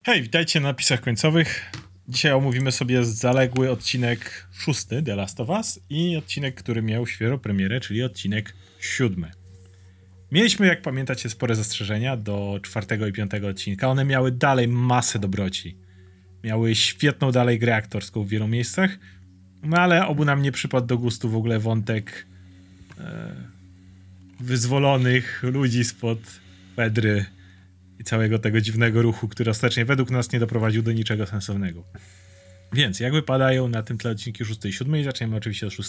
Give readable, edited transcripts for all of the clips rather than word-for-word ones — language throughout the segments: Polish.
Hej, witajcie na napisach końcowych. Dzisiaj omówimy sobie zaległy odcinek 6 The Last of Us i odcinek, który miał świeżo premierę, czyli odcinek 7. Mieliśmy, jak pamiętacie, spore zastrzeżenia do 4 i 5 odcinka. One miały dalej masę dobroci. Miały świetną dalej grę aktorską w wielu miejscach, no ale obu nam nie przypadł do gustu w ogóle wątek wyzwolonych ludzi spod Pedry i całego tego dziwnego ruchu, który ostatecznie według nas nie doprowadził do niczego sensownego. Więc jak wypadają na tym tle odcinki 6 i 7 i zaczniemy oczywiście od 6.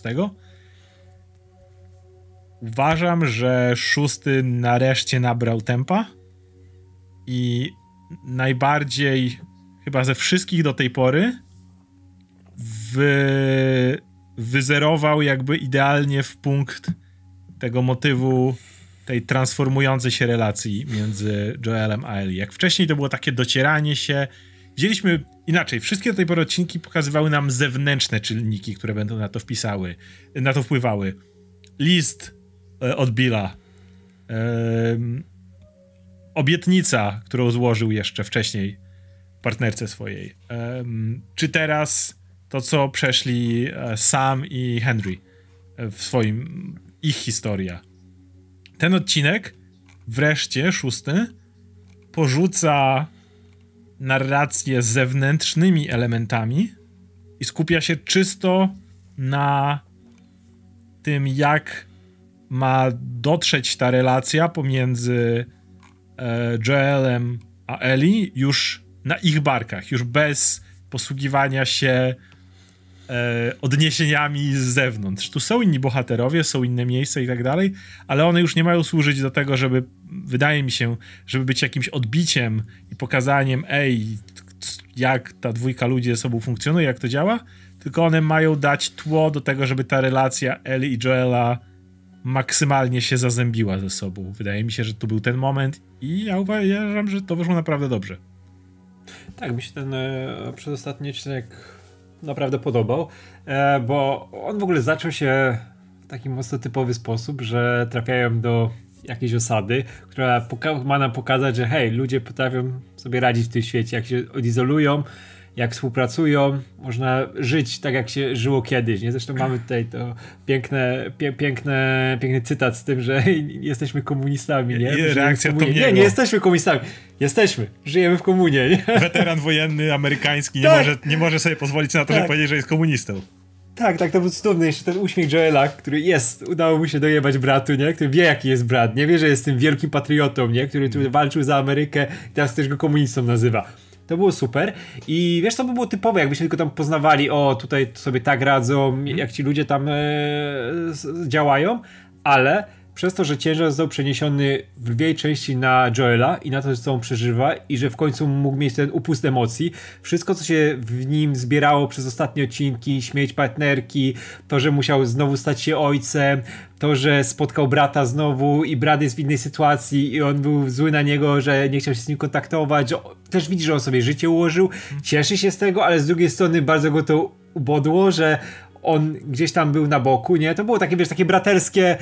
Uważam, że 6 nareszcie nabrał tempa i najbardziej chyba ze wszystkich do tej pory wyzerował jakby idealnie w punkt tego motywu tej transformującej się relacji między Joelem a Ellie. Jak wcześniej to było takie docieranie się. Widzieliśmy inaczej. Wszystkie do tej pory odcinki pokazywały nam zewnętrzne czynniki, które będą na to wpływały. List od Billa. Obietnica, którą złożył jeszcze wcześniej partnerce swojej. Czy teraz to, co przeszli Sam i Henry w ich historia. Ten odcinek, wreszcie, 6, porzuca narrację z zewnętrznymi elementami i skupia się czysto na tym, jak ma dotrzeć ta relacja pomiędzy Joelem a Ellie już na ich barkach, już bez posługiwania się odniesieniami z zewnątrz. Tu są inni bohaterowie, są inne miejsca i tak dalej, ale one już nie mają służyć do tego, żeby, wydaje mi się, żeby być jakimś odbiciem i pokazaniem, jak ta dwójka ludzi ze sobą funkcjonuje, jak to działa, tylko one mają dać tło do tego, żeby ta relacja Ellie i Joela maksymalnie się zazębiła ze sobą. Wydaje mi się, że to był ten moment i ja uważam, że to wyszło naprawdę dobrze. Tak, mi się ten przedostatni odcinek naprawdę podobał, bo on w ogóle zaczął się w taki mocno typowy sposób, że trafiają do jakiejś osady, która ma nam pokazać, że hej, ludzie potrafią sobie radzić w tym świecie, jak się odizolują, jak współpracują, można żyć tak, jak się żyło kiedyś, nie? Zresztą mamy tutaj to piękny cytat z tym, że jesteśmy komunistami, nie? I reakcja Tomiego. Nie jesteśmy komunistami. Żyjemy w komunie, nie? Weteran wojenny amerykański nie może sobie pozwolić na to, żeby powiedzieć, że jest komunistą. Tak, to był cudowny jeszcze ten uśmiech Joela, który udało mu się dojebać bratu, nie? Który wie, jaki jest brat, nie? Wie, że jest tym wielkim patriotą, nie? Który tu walczył za Amerykę i teraz też go komunistą nazywa. To było super i wiesz, to by było typowe, jakbyśmy tylko tam poznawali, tutaj sobie tak radzą, jak ci ludzie tam działają, ale przez to, że ciężar został przeniesiony w lwiej części na Joela i na to, co on przeżywa i że w końcu mógł mieć ten upust emocji, wszystko, co się w nim zbierało przez ostatnie odcinki, śmierć partnerki, to, że musiał znowu stać się ojcem, to, że spotkał brata znowu i brat jest w innej sytuacji i on był zły na niego, że nie chciał się z nim kontaktować, że też widzi, że on sobie życie ułożył, cieszy się z tego, ale z drugiej strony bardzo go to ubodło, że on gdzieś tam był na boku, nie? To było takie, wiesz, takie braterskie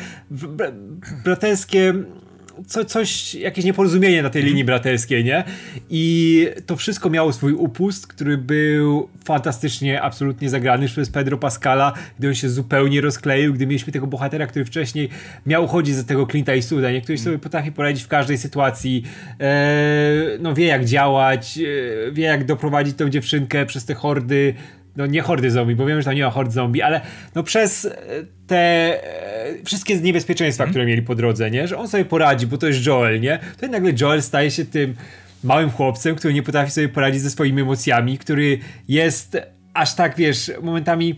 coś, jakieś nieporozumienie na tej linii braterskiej, nie? I to wszystko miało swój upust, który był fantastycznie, absolutnie zagrany przez Pedro Pascala, gdy on się zupełnie rozkleił, gdy mieliśmy tego bohatera, który wcześniej miał chodzić za tego Clint'a Eastwooda, nie? Który sobie potrafi poradzić w każdej sytuacji, wie jak działać, wie jak doprowadzić tą dziewczynkę przez te hordy, nie hordy zombie, bo wiem, że tam nie ma hord zombie, ale przez te wszystkie niebezpieczeństwa, które mieli po drodze, nie? Że on sobie poradzi, bo to jest Joel, nie? To nagle Joel staje się tym małym chłopcem, który nie potrafi sobie poradzić ze swoimi emocjami, który jest aż tak, wiesz, momentami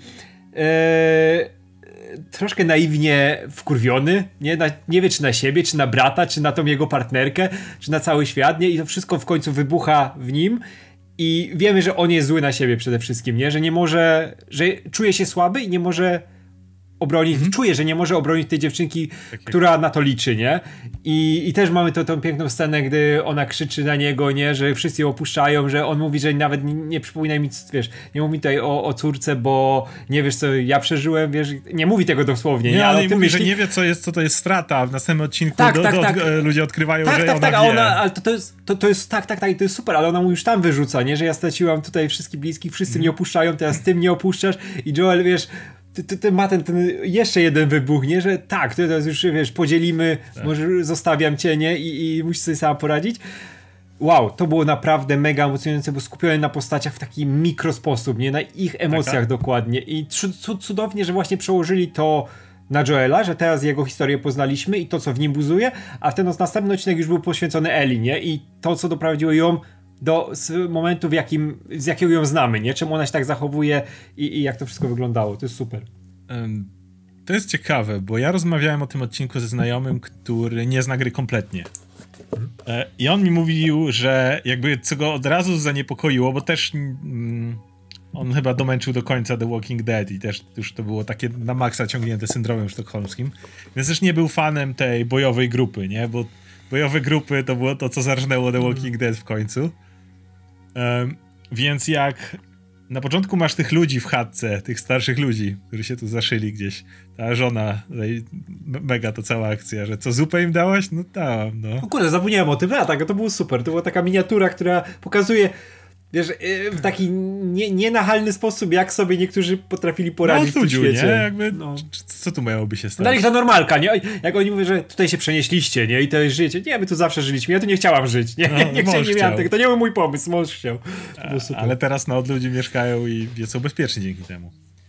troszkę naiwnie wkurwiony, nie wie czy na siebie, czy na brata, czy na tą jego partnerkę, czy na cały świat, nie? I to wszystko w końcu wybucha w nim. I wiemy, że on jest zły na siebie przede wszystkim, nie? Że nie może, że czuje się słaby i nie może obronić, czuje, że nie może obronić tej dziewczynki, która na to liczy, nie? I też mamy tą piękną scenę, gdy ona krzyczy na niego, nie? Że wszyscy ją opuszczają, że on mówi, że nawet nie przypominaj mi, wiesz, nie mówi tutaj o córce, bo nie wiesz, co ja przeżyłem, wiesz, nie mówi tego dosłownie, nie? Ale mówi, że nie wie, co to jest strata. W następnym odcinku ludzie odkrywają, że ona wie. Ale to jest i to jest super, ale ona mu już tam wyrzuca, nie? Że ja straciłam tutaj wszystkich bliskich, wszyscy mnie opuszczają, teraz ty mnie opuszczasz i Joel, wiesz, ty ma ten jeszcze jeden wybuch, nie? Że tak, teraz już, wiesz, podzielimy, może zostawiam cię, nie? I musisz sobie sama poradzić. Wow, to było naprawdę mega emocjonujące, bo skupione na postaciach w taki mikrosposób, nie? Na ich emocjach dokładnie. I cudownie, że właśnie przełożyli to na Joela, że teraz jego historię poznaliśmy i to, co w nim buzuje, a ten następny odcinek już był poświęcony Ellie, nie? I to, co doprowadziło ją do momentu, z jakiego ją znamy, nie? Czemu ona się tak zachowuje i jak to wszystko wyglądało. To jest super. To jest ciekawe, bo ja rozmawiałem o tym odcinku ze znajomym, który nie zna gry kompletnie. I on mi mówił, że jakby co go od razu zaniepokoiło, bo też on chyba domęczył do końca The Walking Dead i też już to było takie na maksa ciągnięte syndromem sztokholmskim, więc też nie był fanem tej bojowej grupy, nie? Bo bojowe grupy to było to, co zarżnęło The Walking Dead w końcu. Więc jak na początku masz tych ludzi w chatce, tych starszych ludzi, którzy się tu zaszyli gdzieś, ta żona, mega to cała akcja, że co, zupę im dałaś? No dałam, no. O kurde, zapomniałem o tym, tak, to było super, to była taka miniatura, która pokazuje, wiesz, w taki nienachalny sposób, jak sobie niektórzy potrafili poradzić w tym świecie. Nie? Jakby, co tu miałoby się stać? Dali to normalka, nie? Jak oni mówią, że tutaj się przenieśliście, nie? I to żyjecie. Nie, my tu zawsze żyliśmy. Ja tu nie chciałam żyć, nie? Nie miałem tego. To nie był mój pomysł, mąż chciał. To było super. Ale teraz od ludzi mieszkają i są bezpieczni dzięki temu.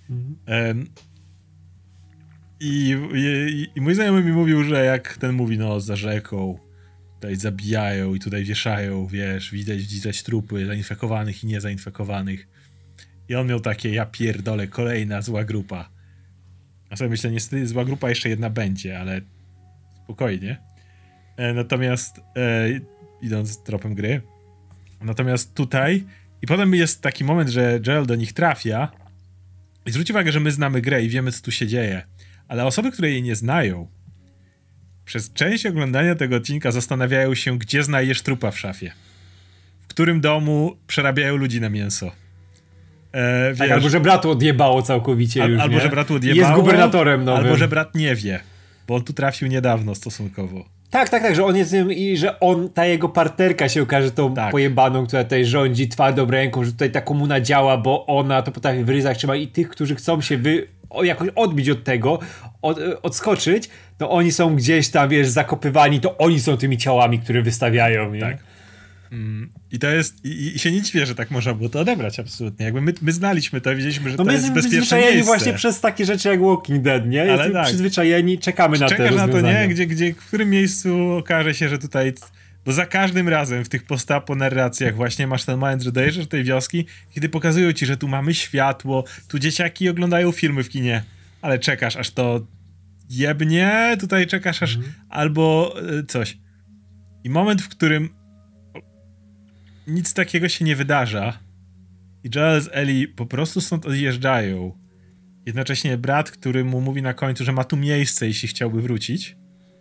I mój znajomy mi mówił, że jak ten mówi, za rzeką, tutaj zabijają i tutaj wieszają, wiesz, widać trupy zainfekowanych i niezainfekowanych. I on miał takie, ja pierdolę, kolejna zła grupa. A sobie myślę, niestety zła grupa jeszcze jedna będzie, ale spokojnie. Natomiast idąc tropem gry, natomiast tutaj i potem jest taki moment, że Joel do nich trafia i zwróć uwagę, że my znamy grę i wiemy, co tu się dzieje, ale osoby, które jej nie znają, przez część oglądania tego odcinka zastanawiają się, gdzie znajdziesz trupa w szafie. W którym domu przerabiają ludzi na mięso. Tak, albo że bratu odjebało całkowicie już, albo nie? że bratu odjebało. Jest gubernatorem nowym. Albo że brat nie wie, bo on tu trafił niedawno stosunkowo. Tak, że on jest i że ta jego partnerka się okaże tą pojebaną, która tutaj rządzi twardą ręką, że tutaj ta komuna działa, bo ona to potrafi w ryzach trzymać i tych, którzy chcą się jakoś odbić od tego, odskoczyć, to oni są gdzieś tam, wiesz, zakopywani, to oni są tymi ciałami, które wystawiają, nie? Tak. I to jest, i się nie dziwię, że tak można było to odebrać, absolutnie. Jakby my znaliśmy to, wiedzieliśmy, że to jest bezpieczne miejsce. My jesteśmy przyzwyczajeni właśnie przez takie rzeczy jak Walking Dead, nie? Jesteśmy przyzwyczajeni, czekamy na te rozwiązania. Czekasz na to, nie? W którym miejscu okaże się, że tutaj... Bo za każdym razem w tych post-apo narracjach właśnie masz ten moment, że dojeżdżasz do tej wioski, kiedy pokazują ci, że tu mamy światło, tu dzieciaki oglądają filmy w kinie, ale czekasz, aż to jebnie, tutaj czekasz aż albo coś. I moment, w którym nic takiego się nie wydarza i Joel z Ellie po prostu stąd odjeżdżają. Jednocześnie brat, który mu mówi na końcu, że ma tu miejsce, jeśli chciałby wrócić,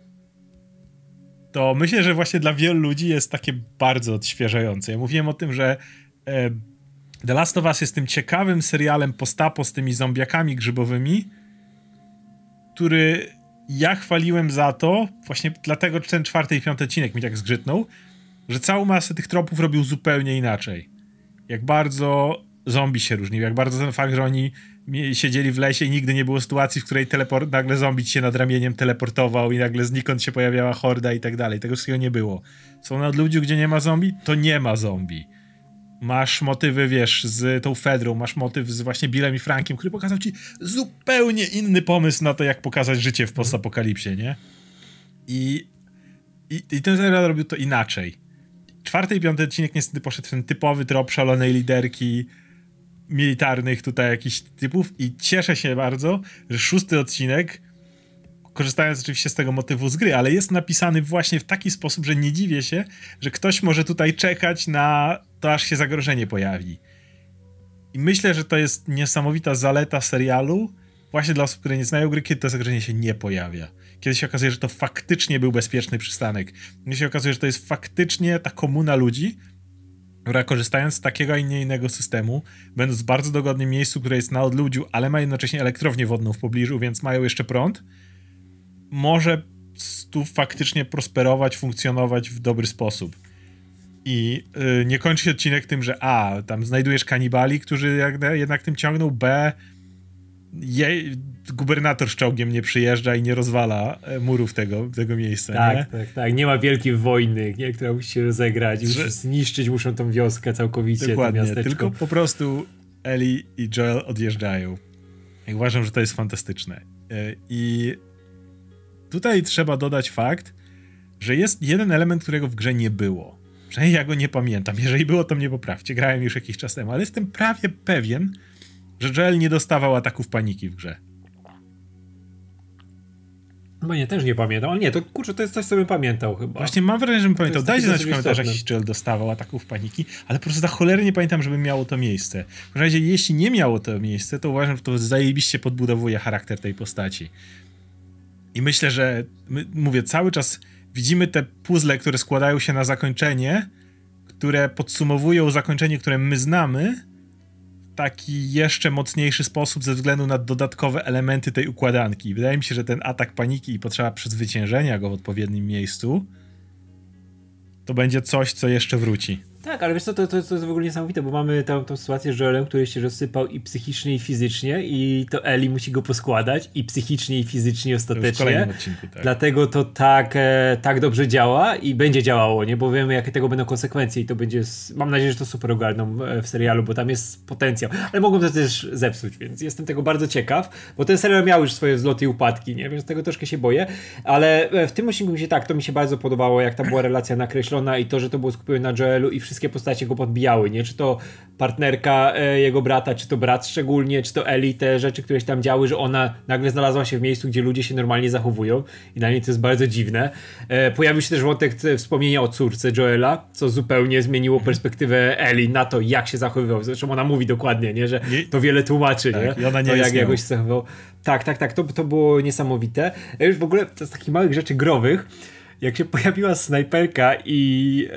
to myślę, że właśnie dla wielu ludzi jest takie bardzo odświeżające. Ja mówiłem o tym, że The Last of Us jest tym ciekawym serialem post-apo z tymi zombiakami grzybowymi, który ja chwaliłem za to, właśnie dlatego ten 4. i 5. odcinek mi tak zgrzytnął, że całą masę tych tropów robił zupełnie inaczej. Jak bardzo zombie się różnił, jak bardzo ten fakt, że oni siedzieli w lesie i nigdy nie było sytuacji, w której nagle zombie się nad ramieniem teleportował i nagle znikąd się pojawiała horda i tak dalej. Tego wszystkiego nie było. Są nad ludzi, gdzie nie ma zombie, to nie ma zombie. Masz motywy, wiesz, z tą Fedrą, masz motyw z właśnie Billem i Frankiem, który pokazał ci zupełnie inny pomysł na to, jak pokazać życie w postapokalipsie, nie? I ten serial robił to inaczej. 4. i 5. odcinek niestety poszedł w ten typowy trop szalonej liderki militarnych tutaj jakichś typów i cieszę się bardzo, że 6. odcinek, korzystając oczywiście z tego motywu z gry, ale jest napisany właśnie w taki sposób, że nie dziwię się, że ktoś może tutaj czekać na to, aż się zagrożenie pojawi. I myślę, że to jest niesamowita zaleta serialu, właśnie dla osób, które nie znają gry, kiedy to zagrożenie się nie pojawia. Kiedy się okazuje, że to faktycznie był bezpieczny przystanek. Kiedy się okazuje, że to jest faktycznie ta komuna ludzi, która korzystając z takiego, a nie innego systemu, będąc w bardzo dogodnym miejscu, które jest na odludziu, ale ma jednocześnie elektrownię wodną w pobliżu, więc mają jeszcze prąd, może tu faktycznie prosperować, funkcjonować w dobry sposób. I nie kończy się odcinek tym, że tam znajdujesz kanibali, którzy jednak tym ciągną, gubernator z czołgiem nie przyjeżdża i nie rozwala murów tego miejsca. Tak, nie? Tak. Nie ma wielkiej wojny, nie? Która musi się rozegrać. Zniszczyć muszą tą wioskę całkowicie. Dokładnie, to miasteczko. tylko po prostu Ellie i Joel odjeżdżają. I uważam, że to jest fantastyczne. I tutaj trzeba dodać fakt, że jest jeden element, którego w grze nie było. Przynajmniej ja go nie pamiętam. Jeżeli było, to mnie poprawcie. Grałem już jakiś czas temu, ale jestem prawie pewien, że Joel nie dostawał ataków paniki w grze. No nie, też nie pamiętam. Ale nie, to kurczę, to jest coś, co bym pamiętał chyba. Właśnie mam wrażenie, że bym pamiętał. Dajcie znać w komentarzach, istotne. jeśli Joel dostawał ataków paniki, ale po prostu za cholerę nie pamiętam, żeby miało to miejsce. W każdym razie, jeśli nie miało to miejsce, to uważam, że to zajebiście podbudowuje charakter tej postaci. I myślę, że mówię, cały czas widzimy te puzzle, które składają się na zakończenie, które podsumowują zakończenie, które my znamy, w taki jeszcze mocniejszy sposób ze względu na dodatkowe elementy tej układanki. Wydaje mi się, że ten atak paniki i potrzeba przezwyciężenia go w odpowiednim miejscu to będzie coś, co jeszcze wróci. Tak, ale wiesz co, to jest w ogóle niesamowite, bo mamy tą sytuację z Joelem, który się rozsypał i psychicznie, i fizycznie, i to Ellie musi go poskładać i psychicznie, i fizycznie ostatecznie. W kolejnym odcinku, tak. Dlatego to tak dobrze działa i będzie działało, nie? Bo wiemy, jakie tego będą konsekwencje i to będzie, mam nadzieję, że to super ogarną w serialu, bo tam jest potencjał. Ale mogą to też zepsuć, więc jestem tego bardzo ciekaw, bo ten serial miał już swoje wzloty i upadki, nie? Więc tego troszkę się boję, ale w tym odcinku to mi się bardzo podobało, jak tam była relacja nakreślona i to, że to było skupione na Joelu i wszystkie postacie go podbijały, nie? Czy to partnerka jego brata, czy to brat szczególnie, czy to Ellie, te rzeczy, które się tam działy, że ona nagle znalazła się w miejscu, gdzie ludzie się normalnie zachowują i dla niej to jest bardzo dziwne. Pojawił się też wątek wspomnienia o córce Joela, co zupełnie zmieniło perspektywę Ellie na to, jak się zachowywał. Zresztą ona mówi dokładnie, nie? Że to wiele tłumaczy, tak, nie? I ona nie to, jest jak się zachowywał. Tak, to było niesamowite. Już w ogóle z takich małych rzeczy growych, jak się pojawiła snajperka i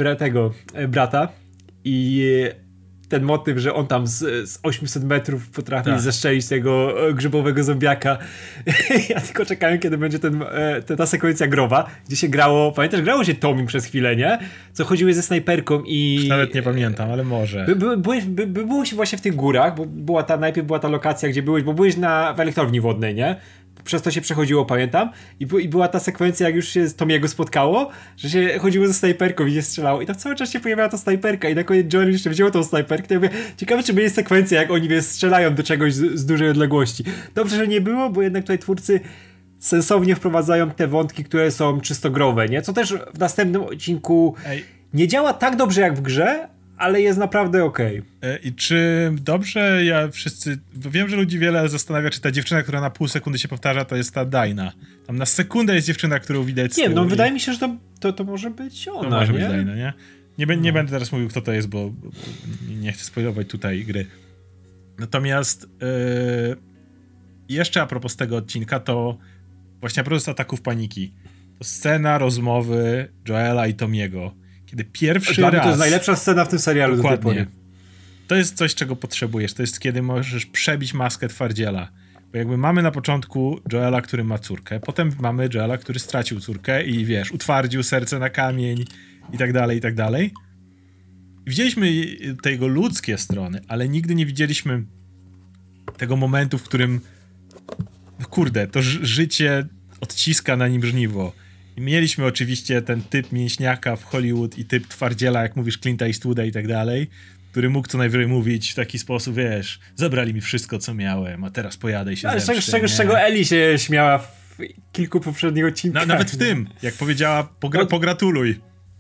brata i ten motyw, że on tam z 800 metrów potrafi zestrzelić tego grzybowego zombiaka. Ja tylko czekałem, kiedy będzie ta sekwencja growa, gdzie się grało, pamiętasz, grało się Tomim przez chwilę, nie? Co chodziły ze snajperką i... Już nawet nie pamiętam, ale może. Było się właśnie w tych górach, bo najpierw była ta lokacja, gdzie byłeś, bo byłeś w elektrowni wodnej, nie? Przez to się przechodziło, pamiętam. I była ta sekwencja, jak już się z Tomiego spotkało, że się chodziło ze snajperką i się strzelało. I tam cały czas się pojawiała ta snajperka i na koniec Joel jeszcze wziął tą snajperkę. To ja mówię, ciekawe, czy będzie sekwencja, jak oni strzelają do czegoś z dużej odległości. Dobrze, że nie było, bo jednak tutaj twórcy sensownie wprowadzają te wątki, które są czysto growe, nie? Co też w następnym odcinku nie działa tak dobrze jak w grze, ale jest naprawdę okej. I czy dobrze wiem, że ludzi wiele zastanawia, czy ta dziewczyna, która na pół sekundy się powtarza, to jest ta Dina. Tam na sekundę jest dziewczyna, którą widać z tyłu. Nie, wydaje mi się, że to może być ona, to może nie? być Dina, nie? Nie będę teraz mówił, kto to jest, bo nie chcę spoilować tutaj gry. Natomiast jeszcze a propos tego odcinka, to właśnie a propos ataków paniki. To scena rozmowy Joela i Tomiego. Kiedy pierwszy raz... To jest najlepsza scena w tym serialu. Dokładnie. Do tej pory. To jest coś, czego potrzebujesz. To jest kiedy możesz przebić maskę twardziela. Bo jakby mamy na początku Joela, który ma córkę, potem mamy Joela, który stracił córkę i wiesz, utwardził serce na kamień i tak dalej, i tak dalej. Widzieliśmy te jego ludzkie strony, ale nigdy nie widzieliśmy tego momentu, w którym kurde, to życie odciska na nim żniwo. I mieliśmy oczywiście ten typ mięśniaka w Hollywood i typ twardziela, jak mówisz, Clint'a Eastwooda i tak dalej, który mógł co najwyżej mówić w taki sposób, wiesz, zabrali mi wszystko, co miałem, a teraz pojadę i się zemszczę. Z czego Ellie się śmiała w kilku poprzednich odcinkach. Nawet w tym, jak powiedziała, pogratuluj.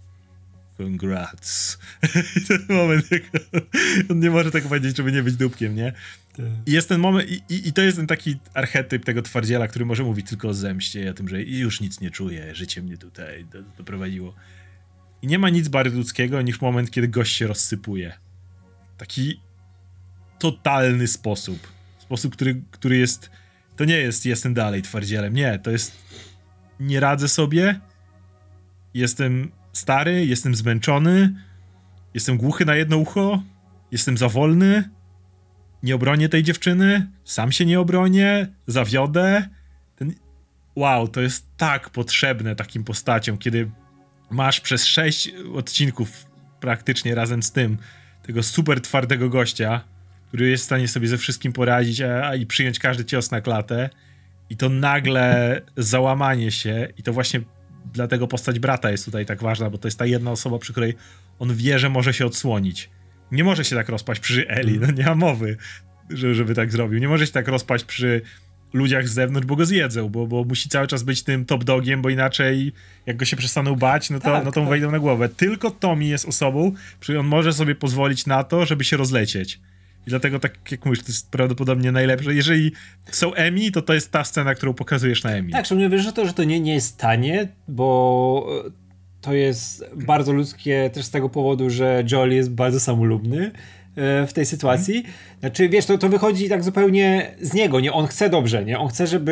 Congrats. I ten moment, on nie może tak powiedzieć, żeby nie być dupkiem, nie? I jest ten moment, i to jest ten taki archetyp tego twardziela, który może mówić tylko o zemście i o tym, że już nic nie czuję, życie mnie tutaj doprowadziło. I nie ma nic bardziej ludzkiego niż moment, kiedy gość się rozsypuje. Taki totalny sposób. Sposób, który jest To nie jest jestem dalej twardzielem, nie, to jest nie radzę sobie, jestem stary, jestem zmęczony, jestem głuchy na jedno ucho, jestem za wolny, nie obronię tej dziewczyny, sam się nie obronię, zawiodę. Wow, to jest tak potrzebne takim postaciom, kiedy masz przez 6 odcinków praktycznie razem z tym tego super twardego gościa, który jest w stanie sobie ze wszystkim poradzić i przyjąć każdy cios na klatę i to nagle załamanie się i to właśnie dlatego postać brata jest tutaj tak ważna, bo to jest ta jedna osoba, przy której on wie, że może się odsłonić. Nie może się tak rozpaść przy Eli, no nie ma mowy, żeby tak zrobił. Nie może się tak rozpaść przy ludziach z zewnątrz, bo go zjedzą, bo musi cały czas być tym top dogiem, bo inaczej jak go się przestaną bać, no to mu wejdą na głowę. Tylko Tommy jest osobą, przy on może sobie pozwolić na to, żeby się rozlecieć. I dlatego, tak jak mówisz, to jest prawdopodobnie najlepsze. Jeżeli są Emmy, to jest ta scena, którą pokazujesz na Emmy. Tak, szczególnie wiesz, że to nie jest tanie, bo to jest bardzo ludzkie też z tego powodu, że Joel jest bardzo samolubny w tej sytuacji. Znaczy, wiesz, to wychodzi tak zupełnie z niego, nie? On chce dobrze, nie? On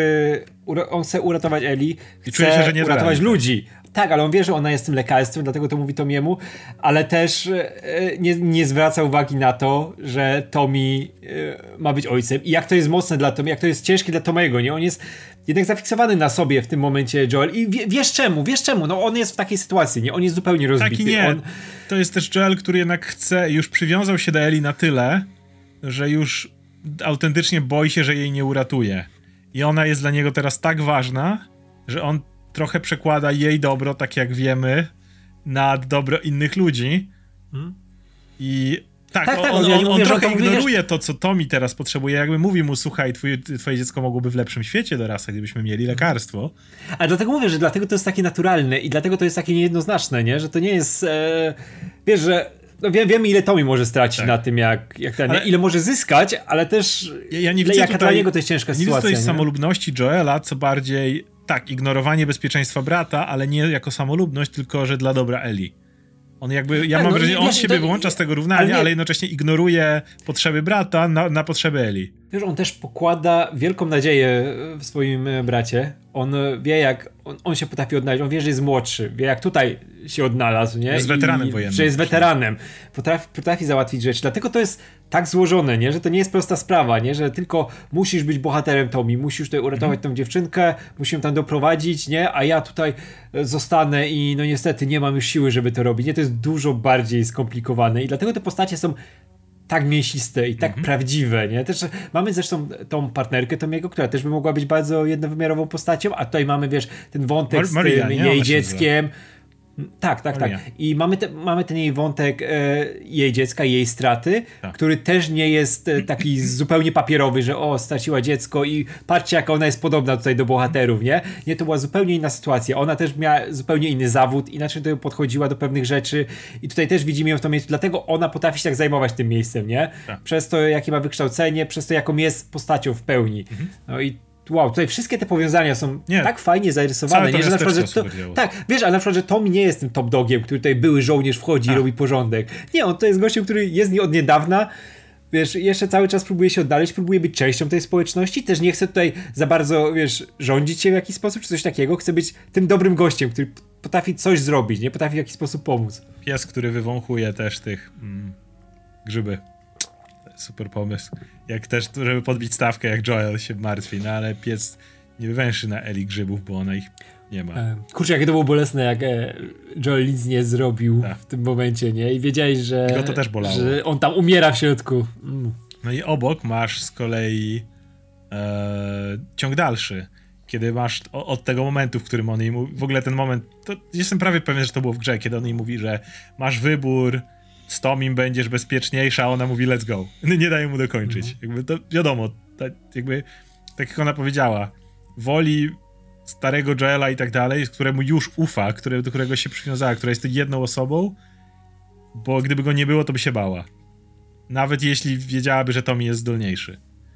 chce uratować Eli, chce że nie uratować ludzi. Tak, ale on wie, że ona jest tym lekarstwem, dlatego to mówi Tomiemu, ale też nie zwraca uwagi na to, że Tommy ma być ojcem i jak to jest mocne dla Tommy, jak to jest ciężkie dla Tommy'ego, nie? On jest jednak zafiksowany na sobie w tym momencie, Joel, i wiesz czemu, no on jest w takiej sytuacji, nie? On jest zupełnie rozbity. Tak i nie. To jest też Joel, który jednak chce, już przywiązał się do Eli na tyle, że już autentycznie boi się, że jej nie uratuje. I ona jest dla niego teraz tak ważna, że on trochę przekłada jej dobro, tak jak wiemy, nad dobro innych ludzi. I on trochę ignoruje to, co Tommy teraz potrzebuje. Jakby mówi mu, słuchaj, twoje dziecko mogłoby w lepszym świecie dorastać, gdybyśmy mieli lekarstwo. Ale dlatego mówię, że dlatego to jest takie naturalne i dlatego to jest takie niejednoznaczne, nie? Że to nie jest... wiesz, że no wiemy, ile Tommy może stracić na tym, jak ten, ile może zyskać, ale też ja nie widzę dla niego to jest ciężka sytuacja. Nie widzę tutaj samolubności Joela, co bardziej ignorowanie bezpieczeństwa brata, ale nie jako samolubność, tylko że dla dobra Eli. On jakby, mam wrażenie, on siebie wyłącza z tego równania, ale jednocześnie ignoruje potrzeby brata na potrzeby Eli. Wiesz, on też pokłada wielką nadzieję w swoim bracie. On wie, jak on się potrafi odnaleźć. On wie, że jest młodszy. Wie, jak tutaj się odnalazł, nie? Jest weteranem wojennym. Że jest weteranem. Potrafi załatwić rzeczy. Dlatego to jest tak złożone, nie? Że to nie jest prosta sprawa, nie? Że tylko musisz być bohaterem Tommy. Musisz tutaj uratować tą dziewczynkę, musisz ją tam doprowadzić, nie? A ja tutaj zostanę i no niestety nie mam już siły, żeby to robić. Nie? To jest dużo bardziej skomplikowane i dlatego te postacie są tak mięsiste i tak prawdziwe, nie? Też mamy zresztą tą partnerkę Tomiego, która też by mogła być bardzo jednowymiarową postacią, a tutaj mamy, wiesz, ten wątek z tym jej dzieckiem. Tak. I mamy ten jej wątek jej dziecka, jej straty, który też nie jest taki zupełnie papierowy, że straciła dziecko i patrzcie, jaka ona jest podobna tutaj do bohaterów, nie? Nie, to była zupełnie inna sytuacja. Ona też miała zupełnie inny zawód, inaczej do podchodziła do pewnych rzeczy i tutaj też widzimy ją w tym miejscu, dlatego ona potrafi się tak zajmować tym miejscem, nie? Tak. Przez to, jakie ma wykształcenie, przez to, jaką jest postacią w pełni. No i wow, tutaj wszystkie te powiązania są tak fajnie zarysowane, nie? Że na przykład, tak, wiesz, ale na przykład, że Tom nie jest tym top dogiem, który tutaj były żołnierz wchodzi i robi porządek. Nie, on to jest gościem, który jest od niedawna, wiesz, jeszcze cały czas próbuje się oddalić, próbuje być częścią tej społeczności, też nie chce tutaj za bardzo, wiesz, rządzić się w jakiś sposób, czy coś takiego, chce być tym dobrym gościem, który potrafi coś zrobić, nie? Potrafi w jakiś sposób pomóc. Pies, który wywąchuje też tych grzyby. Super pomysł. Jak też, żeby podbić stawkę, jak Joel się martwi, no ale pies nie wywęszy na Eli grzybów, bo ona ich nie ma. Kurczę, jakie to było bolesne, jak Joel nic nie zrobił w tym momencie, nie? I wiedziałeś, że, go to też bolało. Że on tam umiera w środku. No i obok masz z kolei ciąg dalszy, kiedy masz od tego momentu, w którym on jej mówi, w ogóle ten moment, to jestem prawie pewien, że to było w grze, kiedy on jej mówi, że masz wybór, z Tomim będziesz bezpieczniejsza, a ona mówi let's go. Nie daje mu dokończyć. Jakby to wiadomo, tak jak ona powiedziała, woli starego Joela i tak dalej, któremu już ufa, do którego się przywiązała, która jest jedną osobą, bo gdyby go nie było, to by się bała. Nawet jeśli wiedziałaby, że Tommy jest zdolniejszy.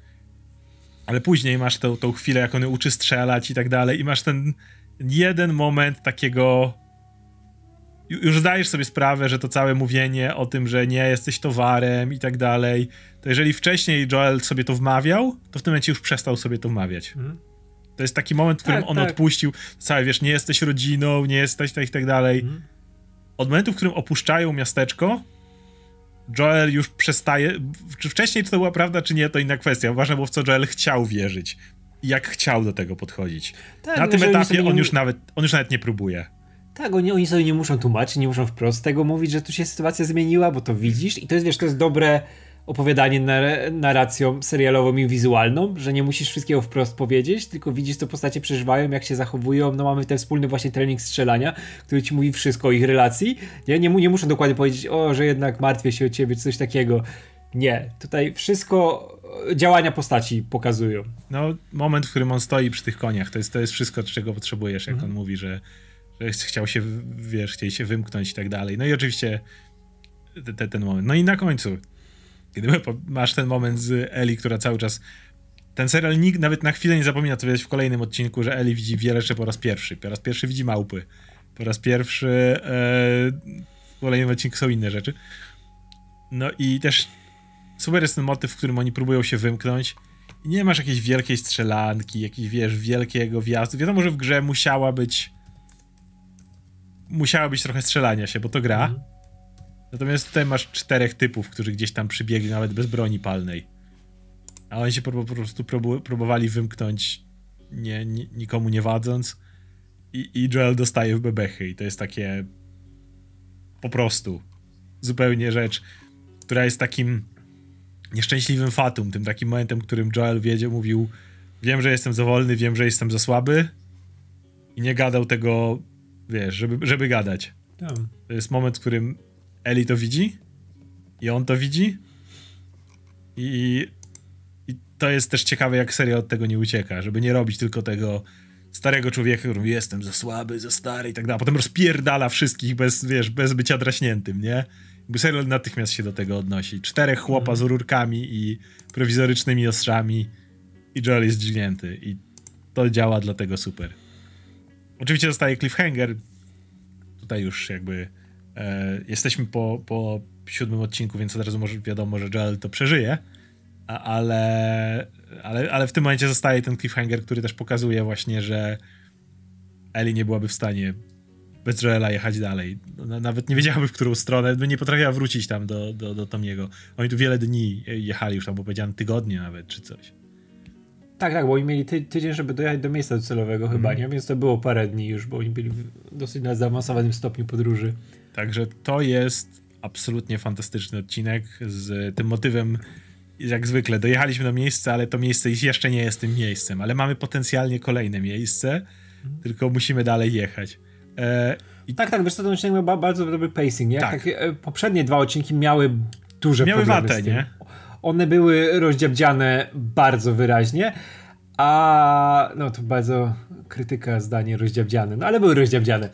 Ale później masz tą chwilę, jak on uczy strzelać i tak dalej i masz ten jeden moment takiego już zdajesz sobie sprawę, że to całe mówienie o tym, że nie jesteś towarem i tak dalej, to jeżeli wcześniej Joel sobie to wmawiał, to w tym momencie już przestał sobie to wmawiać. To jest taki moment, w którym on odpuścił całe, wiesz, nie jesteś rodziną, nie jesteś tak i tak dalej. Od momentu, w którym opuszczają miasteczko, Joel już przestaje... Czy wcześniej to była prawda, czy nie, to inna kwestia. Ważne było, w co Joel chciał wierzyć. I jak chciał do tego podchodzić. Tak, na tym etapie on już nawet nie próbuje. Tak, oni sobie nie muszą tłumaczyć, nie muszą wprost tego mówić, że tu się sytuacja zmieniła, bo to widzisz i to jest, wiesz, to jest dobre opowiadanie narracją serialową i wizualną, że nie musisz wszystkiego wprost powiedzieć, tylko widzisz, co postacie przeżywają, jak się zachowują. No mamy ten wspólny właśnie trening strzelania, który ci mówi wszystko o ich relacji. Nie muszą dokładnie powiedzieć, że jednak martwię się o ciebie, czy coś takiego. Nie, tutaj wszystko działania postaci pokazują. No, moment, w którym on stoi przy tych koniach, to jest wszystko, czego potrzebujesz, jak on mówi, że chciał się, wiesz, chcieli się wymknąć i tak dalej. No i oczywiście ten moment. No i na końcu, kiedy masz ten moment z Ellie, która cały czas... Ten serial nikt nawet na chwilę nie zapomina, co widać w kolejnym odcinku, że Ellie widzi wiele rzeczy po raz pierwszy. Po raz pierwszy widzi małpy. Po raz pierwszy w kolejnym odcinku są inne rzeczy. No i też super jest ten motyw, w którym oni próbują się wymknąć i nie masz jakiejś wielkiej strzelanki, jakiejś, wiesz, wielkiego wjazdu. Wiadomo, że w grze musiała być trochę strzelania się, bo to gra. Natomiast tutaj masz 4 typów, którzy gdzieś tam przybiegli nawet bez broni palnej. A oni się po prostu próbowali wymknąć nikomu nie wadząc i Joel dostaje w bebechy i to jest takie po prostu zupełnie rzecz, która jest takim nieszczęśliwym fatum, tym takim momentem, w którym Joel mówił, wiem, że jestem za wolny, wiem, że jestem za słaby i nie gadał tego, wiesz, żeby gadać. To jest moment, w którym Ellie to widzi i on to widzi i to jest też ciekawe, jak serial od tego nie ucieka, żeby nie robić tylko tego starego człowieka, który mówi, jestem za słaby, za stary i tak dalej, potem rozpierdala wszystkich bez bycia draśniętym, nie? Jakby serial natychmiast się do tego odnosi. 4 chłopa z rurkami i prowizorycznymi ostrzami i Joel jest dźgnięty i to działa dlatego super. Oczywiście zostaje cliffhanger. Tutaj już jakby jesteśmy po 7 odcinku, więc od razu wiadomo, że Joel to przeżyje, ale w tym momencie zostaje ten cliffhanger, który też pokazuje właśnie, że Ellie nie byłaby w stanie bez Joela jechać dalej. Nawet nie wiedziałaby, w którą stronę, by nie potrafiła wrócić tam do Tomiego. Oni tu wiele dni jechali już tam, bo powiedziałem tygodnie nawet, czy coś. Tak, bo oni mieli tydzień, żeby dojechać do miejsca docelowego chyba, nie? Więc to było parę dni już, bo oni byli dosyć na zaawansowanym stopniu podróży. Także to jest absolutnie fantastyczny odcinek z tym motywem, jak zwykle, dojechaliśmy do miejsca, ale to miejsce jeszcze nie jest tym miejscem, ale mamy potencjalnie kolejne miejsce, tylko musimy dalej jechać. Tak, wiesz co, ten odcinek miał bardzo dobry pacing, nie? Tak, poprzednie 2 odcinki miały duże problemy watę, z tym. Nie? One były rozdziabdziane bardzo wyraźnie, no to bardzo krytyka zdanie rozdziabdziane, no ale były rozdziabdziane.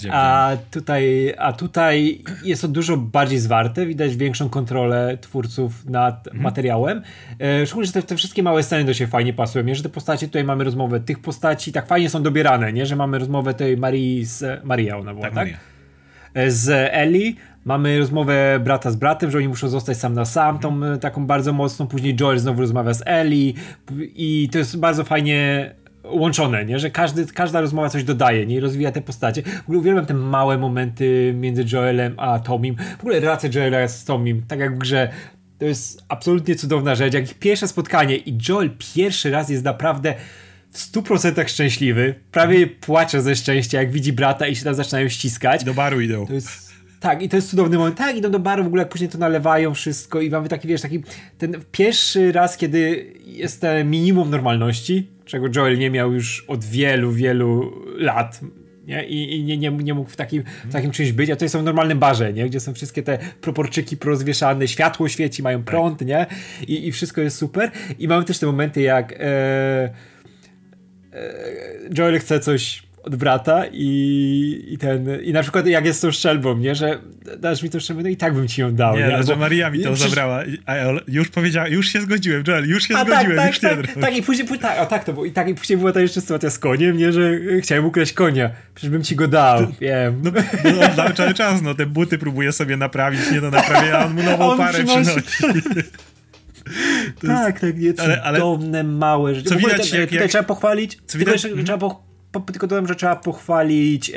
A tutaj jest to dużo bardziej zwarte, widać większą kontrolę twórców nad materiałem. Szczególnie, że te wszystkie małe sceny do siebie fajnie pasują, nie? Że te postacie, tutaj mamy rozmowę tych postaci, tak fajnie są dobierane, nie? Że mamy rozmowę tej Marii z... Maria ona była, tak? Maria. Z Ellie. Mamy rozmowę brata z bratem, że oni muszą zostać sam na sam, tą taką bardzo mocną. Później Joel znowu rozmawia z Ellie i to jest bardzo fajnie łączone, nie? Że każda rozmowa coś dodaje, nie? I rozwija te postacie. W ogóle uwielbiam te małe momenty między Joelem a Tomim. W ogóle relacja Joela z Tomim, tak jak w grze, to jest absolutnie cudowna rzecz. Jak ich pierwsze spotkanie i Joel pierwszy raz jest naprawdę w 100% szczęśliwy, prawie płacze ze szczęścia, jak widzi brata i się tam zaczynają ściskać. Do baru idą. Tak, i to jest cudowny moment. Tak, idą do baru, w ogóle jak później to nalewają wszystko i mamy taki, wiesz, ten pierwszy raz, kiedy jest minimum normalności, czego Joel nie miał już od wielu, wielu lat, nie? I nie mógł w takim czymś być, a to jest w normalnym barze, nie? Gdzie są wszystkie te proporczyki porozwieszane, światło świeci, mają prąd, nie? I wszystko jest super. I mamy też te momenty, jak Joel chce coś od brata i na przykład jak jest z tą strzelbą, nie, że dasz mi tą strzelbę, no i tak bym ci ją dał. Nie, ale że Albo, Maria mi to zabrała. Już powiedziała, już się zgodziłem, Joel, już się zgodziłem, tak, już tak, nie tak, i później, to było, i później była ta jeszcze sytuacja z koniem, nie, że chciałem ukraść konia, przecież bym ci go dał, wiem. No, cały czas, no, te buty próbuje sobie naprawić, nie do naprawienia, a on mu nową parę przynosi. Tak, nie, cudowne, małe rzeczy. Co widać, tutaj trzeba pochwalić, tylko dodam, że trzeba pochwalić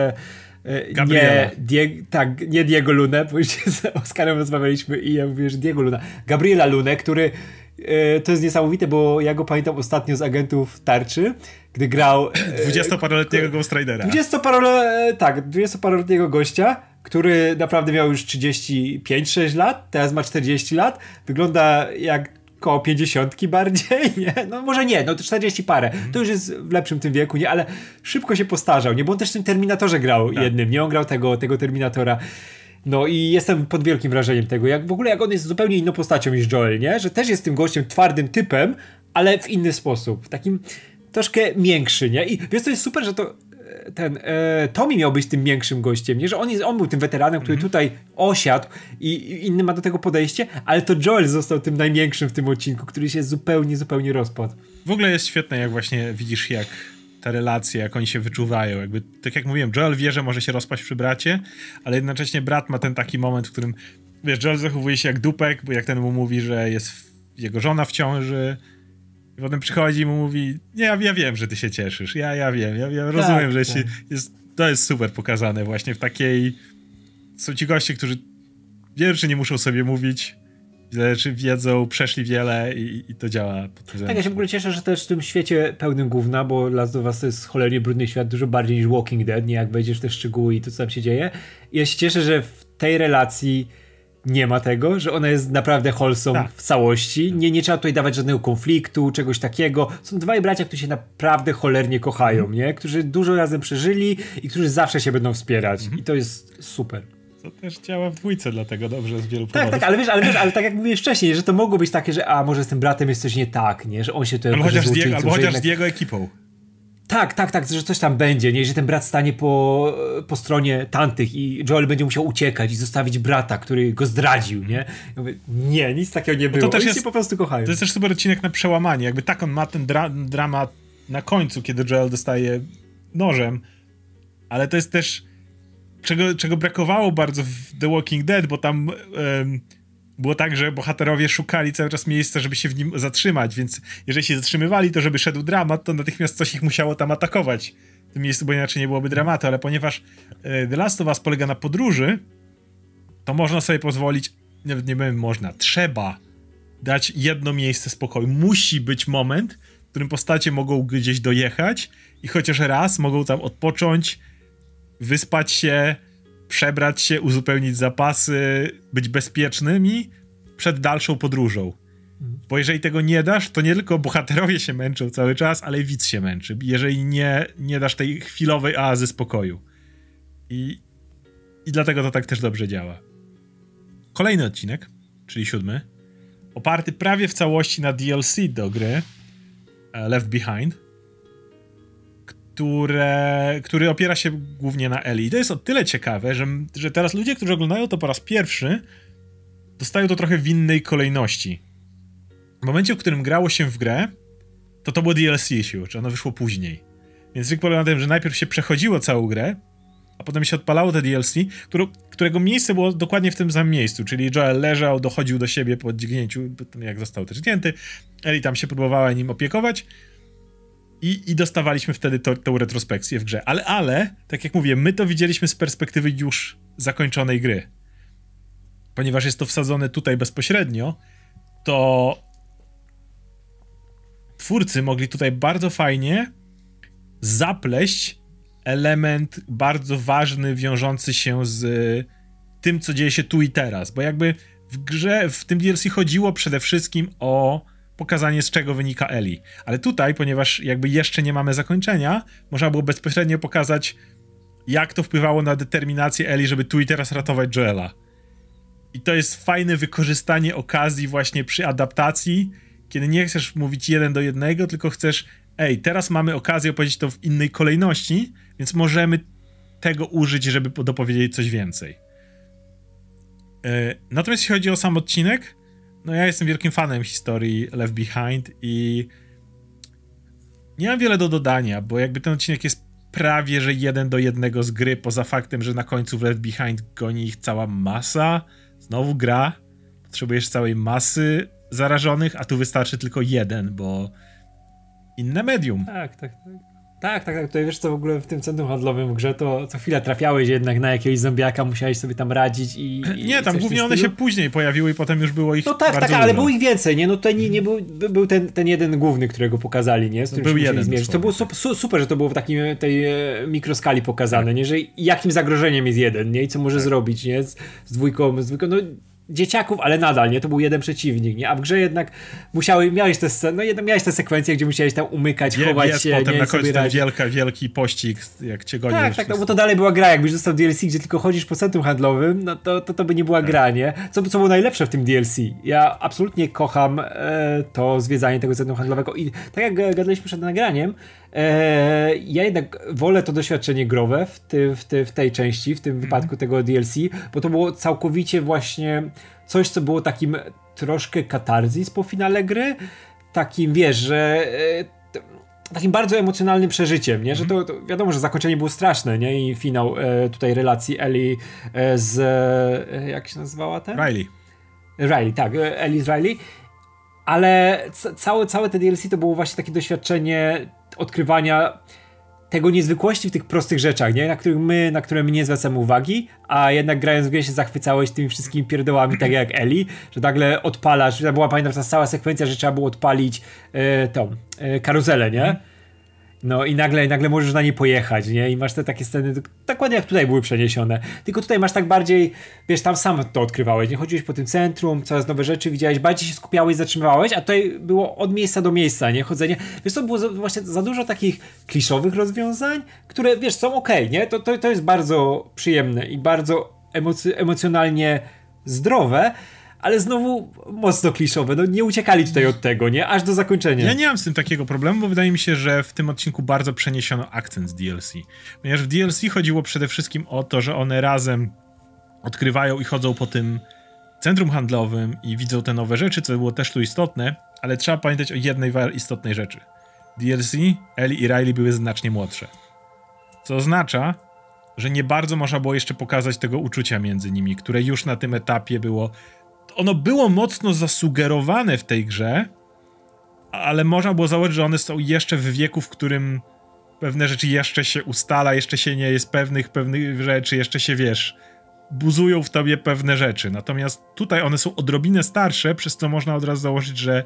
nie Diego Lunę, bo już z Oskarem rozmawialiśmy i ja mówię, że Diego Luna. Gabriela Lunę, który to jest niesamowite, bo ja go pamiętam ostatnio z Agentów Tarczy, gdy grał 20-paroletniego Ghost Ridera. 20-paroletniego gościa, który naprawdę miał już 35-6 lat, teraz ma 40 lat, wygląda jak koło 50 bardziej, nie? No może nie, no to 40 parę. To już jest w lepszym tym wieku, nie? Ale szybko się postarzał, nie? Bo on też w tym Terminatorze grał jednym, nie? On grał tego Terminatora. No i jestem pod wielkim wrażeniem tego, jak on jest zupełnie inną postacią niż Joel, nie? Że też jest tym gościem twardym typem, ale w inny sposób. Takim troszkę miększy, nie? I wiesz, to jest super, że Tommy miał być tym miększym gościem, nie? Że on był tym weteranem, który tutaj osiadł i inny ma do tego podejście, ale to Joel został tym najmiększym w tym odcinku, który się zupełnie rozpadł. W ogóle jest świetne, jak właśnie widzisz, jak te relacje, jak oni się wyczuwają. Jakby, tak jak mówiłem, Joel wie, że może się rozpaść przy bracie, ale jednocześnie brat ma ten taki moment, w którym, wiesz, Joel zachowuje się jak dupek, bo jak ten mu mówi, że jest jego żona w ciąży, i potem przychodzi i mu mówi, nie, ja wiem, że ty się cieszysz, ja wiem, ja rozumiem, że to jest super pokazane właśnie w takiej, są ci goście, którzy wierszy nie muszą sobie mówić, czy wiedzą, przeszli wiele i to działa. Tak, ja się w ogóle cieszę, że też w tym świecie pełnym gówna, bo Last of Us to jest cholernie brudny świat, dużo bardziej niż Walking Dead, nie, jak wejdziesz w te szczegóły i to, co tam się dzieje. I ja się cieszę, że w tej relacji nie ma tego, że ona jest naprawdę wholesome w całości. Nie trzeba tutaj dawać żadnego konfliktu, czegoś takiego. Są dwaj bracia, którzy się naprawdę cholernie kochają, nie? Którzy dużo razem przeżyli i którzy zawsze się będą wspierać. I to jest super. To też działa w dwójce, dlatego dobrze z wielu powodów. Tak, ale tak jak mówiłeś wcześniej, że to mogło być takie, że może z tym bratem jest coś nie tak, nie? Że on się tutaj albo chociaż z jego ekipą. Tak, że coś tam będzie, nie? Że ten brat stanie po stronie tamtych i Joel będzie musiał uciekać i zostawić brata, który go zdradził, nie? Ja mówię, nie, nic takiego nie było. To też oni się po prostu kochają. To jest też super odcinek na przełamanie. Jakby tak on ma ten dramat na końcu, kiedy Joel dostaje nożem, ale to jest też czego brakowało bardzo w The Walking Dead, bo tam było tak, że bohaterowie szukali cały czas miejsca, żeby się w nim zatrzymać, więc jeżeli się zatrzymywali, to żeby szedł dramat, to natychmiast coś ich musiało tam atakować w tym miejscu, bo inaczej nie byłoby dramatu, ale ponieważ The Last of Us polega na podróży, to można sobie pozwolić, nie wiem, trzeba dać jedno miejsce spokoju. Musi być moment, w którym postacie mogą gdzieś dojechać i chociaż raz mogą tam odpocząć, wyspać się, przebrać się, uzupełnić zapasy, być bezpiecznymi przed dalszą podróżą. Bo jeżeli tego nie dasz, to nie tylko bohaterowie się męczą cały czas, ale i widz się męczy. Jeżeli nie dasz tej chwilowej oazy spokoju. I dlatego to tak też dobrze działa. Kolejny odcinek, czyli 7, oparty prawie w całości na DLC do gry Left Behind, który opiera się głównie na Ellie. I to jest o tyle ciekawe, że teraz ludzie, którzy oglądają to po raz pierwszy, dostają to trochę w innej kolejności. W momencie, w którym grało się w grę, to było DLC siłą, czy ono wyszło później. Więc trik polega na tym, że najpierw się przechodziło całą grę, a potem się odpalało te DLC, którego miejsce było dokładnie w tym samym miejscu, czyli Joel leżał, dochodził do siebie po dźgnięciu, jak został też dźgnięty, Ellie tam się próbowała nim opiekować, i dostawaliśmy wtedy tą retrospekcję w grze. Ale, tak jak mówię, my to widzieliśmy z perspektywy już zakończonej gry. Ponieważ jest to wsadzone tutaj bezpośrednio, to twórcy mogli tutaj bardzo fajnie zapleść element bardzo ważny, wiążący się z tym, co dzieje się tu i teraz. Bo jakby w grze, w tym DLC chodziło przede wszystkim o pokazanie, z czego wynika Ellie. Ale tutaj, ponieważ jakby jeszcze nie mamy zakończenia, można było bezpośrednio pokazać, jak to wpływało na determinację Ellie, żeby tu i teraz ratować Joela. I to jest fajne wykorzystanie okazji właśnie przy adaptacji, kiedy nie chcesz mówić 1:1, tylko chcesz ej, teraz mamy okazję opowiedzieć to w innej kolejności, więc możemy tego użyć, żeby dopowiedzieć coś więcej. Natomiast jeśli chodzi o sam odcinek, no ja jestem wielkim fanem historii Left Behind i nie mam wiele do dodania, bo jakby ten odcinek jest prawie, że 1:1 z gry, poza faktem, że na końcu w Left Behind goni ich cała masa. Znowu gra. Potrzebujesz całej masy zarażonych, a tu wystarczy tylko jeden, bo inne medium. Tak. Tutaj wiesz co, w ogóle w tym centrum handlowym w grze to co chwilę trafiałeś jednak na jakiegoś zombiaka, musiałeś sobie tam radzić i nie, tam głównie one się później pojawiły i potem już było ich no tak, bardzo ale dużo. było ich więcej, nie? No tutaj nie był ten jeden główny, którego pokazali, nie? Z którym był się jeden zmierzyć. To było super, że to było w takim tej mikroskali pokazane, nie? Że jakim zagrożeniem jest jeden, nie? I co może zrobić, nie? Z dwójką, no dzieciaków, ale nadal, nie? To był jeden przeciwnik, nie? A w grze jednak miałeś te sekwencje, gdzie musiałeś tam umykać, chować się, potem nie? na końcu ten wielki pościg, jak cię goni. Tak, no bo to dalej była gra, jakbyś dostał DLC, gdzie tylko chodzisz po centrum handlowym, no to by nie była gra, nie? Co było najlepsze w tym DLC? Ja absolutnie kocham to zwiedzanie tego centrum handlowego i tak jak gadaliśmy przed nagraniem, ja jednak wolę to doświadczenie growe w tej części, w tym wypadku tego DLC, bo to było całkowicie właśnie coś, co było takim troszkę katarzis po finale gry, takim, wiesz, że takim bardzo emocjonalnym przeżyciem, nie? Że to wiadomo, że zakończenie było straszne, nie? I finał tutaj relacji Ellie z jak się nazywała ten? Riley, tak, Ellie z Riley, ale całe te DLC to było właśnie takie doświadczenie odkrywania tego niezwykłości w tych prostych rzeczach, nie? Na które my nie zwracamy uwagi, a jednak grając w grę się zachwycałeś tymi wszystkimi pierdołami, tak jak Ellie, że nagle odpalasz, była, pamiętam, ta cała sekwencja, że trzeba było odpalić tą karuzelę, nie? No i nagle możesz na nie pojechać, nie? I masz te takie sceny, dokładnie jak tutaj były przeniesione. Tylko tutaj masz tak bardziej, wiesz, tam sam to odkrywałeś, nie? Chodziłeś po tym centrum, coraz nowe rzeczy widziałeś, bardziej się skupiałeś, zatrzymywałeś, a tutaj było od miejsca do miejsca, nie? Chodzenie. Wiesz, to było właśnie za dużo takich kliszowych rozwiązań, które, wiesz, są okej, nie? To jest bardzo przyjemne i bardzo emocjonalnie zdrowe, ale znowu mocno kliszowe. No nie uciekali tutaj od tego, nie? Aż do zakończenia. Ja nie mam z tym takiego problemu, bo wydaje mi się, że w tym odcinku bardzo przeniesiono akcent z DLC. Ponieważ w DLC chodziło przede wszystkim o to, że one razem odkrywają i chodzą po tym centrum handlowym i widzą te nowe rzeczy, co było też tu istotne, ale trzeba pamiętać o jednej istotnej rzeczy. DLC, Ellie i Riley były znacznie młodsze. Co oznacza, że nie bardzo można było jeszcze pokazać tego uczucia między nimi, które już na tym etapie było... Ono było mocno zasugerowane w tej grze, ale można było założyć, że one są jeszcze w wieku, w którym pewne rzeczy jeszcze się ustala, jeszcze się nie jest pewnych rzeczy, jeszcze się, wiesz, buzują w tobie pewne rzeczy. Natomiast tutaj one są odrobinę starsze, przez co można od razu założyć, że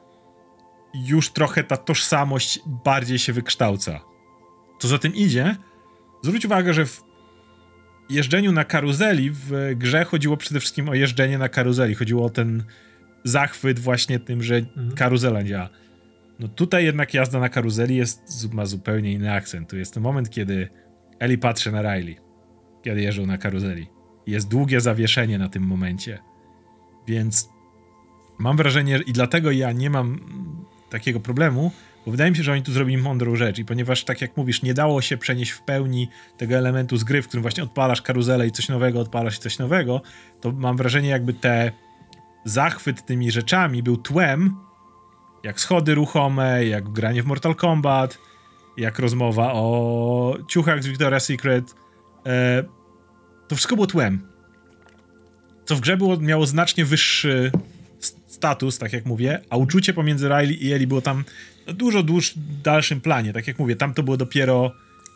już trochę ta tożsamość bardziej się wykształca. Co za tym idzie, zwróć uwagę, że w jeżdżeniu na karuzeli w grze chodziło przede wszystkim o jeżdżenie na karuzeli. Chodziło o ten zachwyt właśnie tym, że karuzela działa. No tutaj jednak jazda na karuzeli ma zupełnie inny akcent. Tu jest ten moment, kiedy Ellie patrzy na Riley, kiedy jeżdżą na karuzeli. Jest długie zawieszenie na tym momencie. Więc mam wrażenie, i dlatego ja nie mam takiego problemu, bo wydaje mi się, że oni tu zrobili mądrą rzecz i ponieważ, tak jak mówisz, nie dało się przenieść w pełni tego elementu z gry, w którym właśnie odpalasz karuzelę i coś nowego, odpalasz i coś nowego, to mam wrażenie, jakby zachwyt tymi rzeczami był tłem, jak schody ruchome, jak granie w Mortal Kombat, jak rozmowa o ciuchach z Victoria's Secret. To wszystko było tłem. Co w grze miało znacznie wyższy status, tak jak mówię, a uczucie pomiędzy Riley i Ellie było tam na dużo dalszym planie. Tak jak mówię, tam to było dopiero